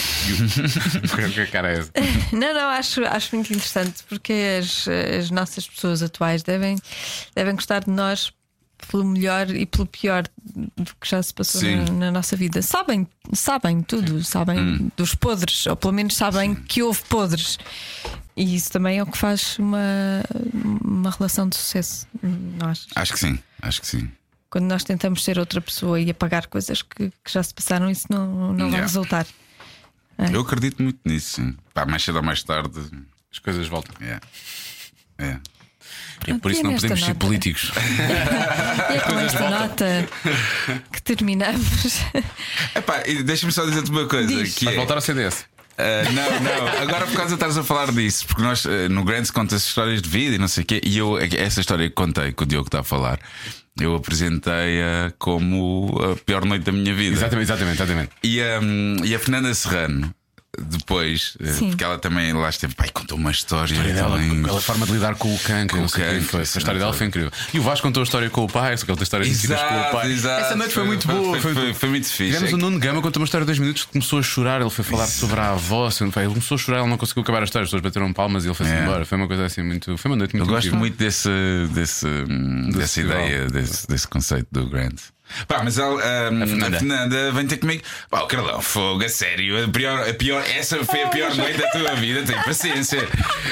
Que cara é essa? Não, não, acho, acho muito interessante porque as, as nossas pessoas atuais devem, devem gostar de nós pelo melhor e pelo pior do que já se passou na, na nossa vida. Sabem, sabem tudo, sabem hum. dos podres, ou pelo menos sabem Sim. que houve podres. E isso também é o que faz uma, uma relação de sucesso. Nós. Acho que sim, acho que sim. Quando nós tentamos ser outra pessoa e apagar coisas que, que já se passaram, isso não, não yeah. vai resultar. É. Eu acredito muito nisso, sim. Pá, mais cedo ou mais tarde as coisas voltam. Yeah. Yeah. E por isso não podemos ser políticos. E é com esta nota que terminamos. Epá, deixa-me só dizer-te uma coisa. Diz. Que Vais é... voltar a C D S. Uh, não, não, agora por causa de estares a falar disso, porque nós uh, no Grants conta-se histórias de vida e não sei o quê. E eu, essa história que contei, que o Diogo está a falar, eu apresentei-a como a pior noite da minha vida. Exatamente, exatamente, exatamente. E, um, e a Fernanda Serrano, depois, Sim. porque ela também lá esteve, pai, contou uma história, A história dela, também... aquela forma de lidar com o cancro, Com não o sei o quê, cancro, foi. A história dela foi incrível. E o Vasco contou a história com o pai, só que ele tem histórias ensinadas com o pai. Exato, Essa noite foi, foi muito foi, boa. Foi, foi, foi muito fixe. Tivemos o Nuno Gama, contou uma história de dois minutos que começou a chorar. Ele foi falar Isso. sobre a avó. Assim, ele começou a chorar, ele não conseguiu acabar a história. As pessoas bateram palmas e ele foi-se É. embora. Foi uma coisa assim muito. Foi uma noite muito Eu gosto incrível. muito desse, desse, dessa festival. ideia, desse, desse conceito do Grant. Pá, mas ela, um, a, Fernanda. a Fernanda vem ter comigo. Pá, o Carlão, fogo, a sério. A pior, a pior, essa foi a pior noite da tua vida. Tem paciência.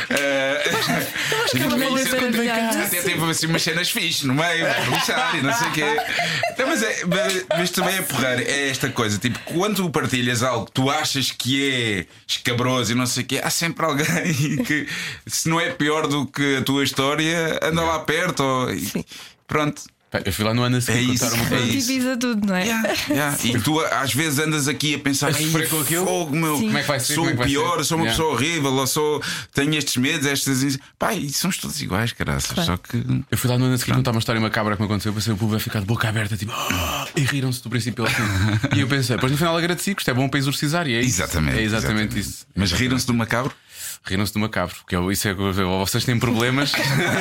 Uh, até teve assim umas cenas fixes no meio, vai lixar e não sei o quê. Então, mas, é, mas, mas também é porrar. É esta coisa, tipo, quando tu partilhas algo que tu achas que é escabroso e não sei o quê, há sempre alguém que, se não é pior do que a tua história, anda lá perto. Ou, e, pronto. Pá, eu fui lá no ano a seguir É isso, contar uma é coisa. isso. Divisa tudo, não é? Yeah, yeah. E tu às vezes andas aqui a pensar: A sofrer com aquilo? fogo, meu, Sim. Como é que vai ser? sou Como é o que vai pior, ser? sou uma Yeah. pessoa horrível, ou sou, tenho estes medos, estas. Pá, e somos todos iguais, caraças. Claro. Só que. Eu fui lá no ano a seguir contar uma história macabra que me aconteceu. Eu pensei o povo a ficar de boca aberta, tipo, "Ah", e riram-se do princípio ao fim. E eu pensei, depois no final agradeci, que isto é bom para exorcizar. E é isso. Exatamente. É exatamente, exatamente. isso. Mas riram-se do macabro? Riram-se do macabro, porque eu- isso é que eu- ou vocês têm problemas.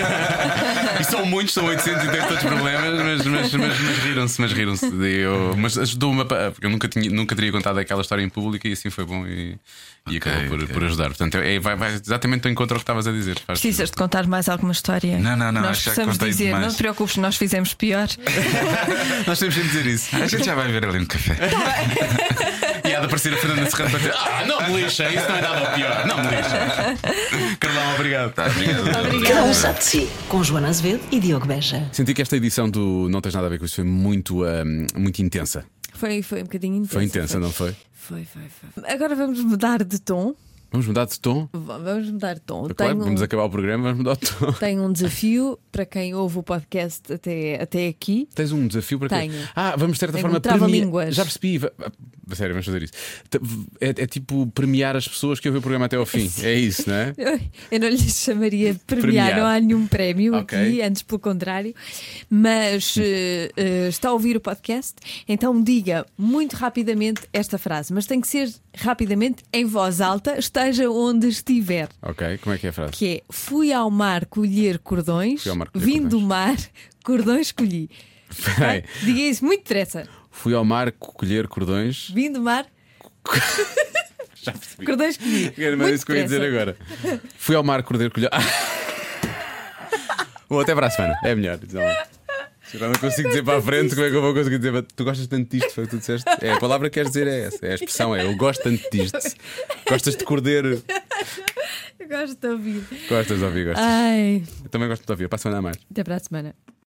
E são muitos, são oitocentos e têm todos problemas, mas, mas, mas, mas riram-se, mas riram-se. E eu- Mas ajudou-me a. pa- Porque eu nunca, tinha, nunca teria contado aquela história em público e assim foi bom e, e Ok, acabou por, ok. por ajudar. Portanto, é, vai, vai exatamente ao encontro ao que estavas a dizer. Faz- Precisas de contar mais alguma história? Não, não, não, Nós acho que precisamos contei dizer, demais. não te preocupes, nós fizemos pior. Nós temos sempre de dizer isso. A gente já vai ver ali no café. E há de aparecer a Fernanda Serrano para dizer: Ah, não me lixa, isso não é nada ao pior, não me lixa. Carlão, obrigado. Tá, obrigado. Cada um sabe de si, com Joana Azevedo e Diogo Beja. Senti que esta edição do Não Tens Nada a Ver com Isso foi muito, hum, muito intensa. Foi, foi um bocadinho intenso. Foi intensa, não foi? Foi, foi, foi. Agora vamos mudar de tom. Vamos mudar de tom? V- Vamos mudar de tom. Claro, Tenho, vamos acabar o programa, vamos mudar de tom. tenho um desafio para quem ouve o podcast até, até aqui. Tens um desafio para quê? Tenho. Ah, vamos de certa Tenho forma um trava-línguas. premiar. Já percebi. Va- ah, Sério, vamos fazer isso. T- É, é tipo premiar as pessoas que ouvem o programa até ao fim. É isso, não é? Eu, eu não lhes chamaria de premiar, Premiar. não há nenhum prémio Ok. aqui, antes pelo contrário. Mas eh, eh, está a ouvir o podcast, então diga muito rapidamente esta frase, mas tem que ser rapidamente em voz alta, esteja onde estiver. Ok, como é que é a frase? Que é: fui ao mar colher cordões, Fui ao mar colher vim cordões. do mar, cordões colhi. Espera aí. Diga isso muito depressa. Fui ao mar colher cordões. Vim do mar, Já percebi. cordões colhi. Era Muito isso que eu ia dizer depressa. agora. Fui ao mar colher colher. Ah. Bom, até para a semana. É melhor. Então, se eu não consigo dizer para a frente, como é que eu vou conseguir dizer? Tu gostas tanto disto? Foi o que tu disseste? É, a palavra que queres dizer é essa. É a expressão, é eu gosto tanto disto. Gostas de cordeiro? Eu gosto de ouvir. Gostas de ouvir, gostas. Ai, Eu também gosto de ouvir. Para a semana a mais. até para a semana.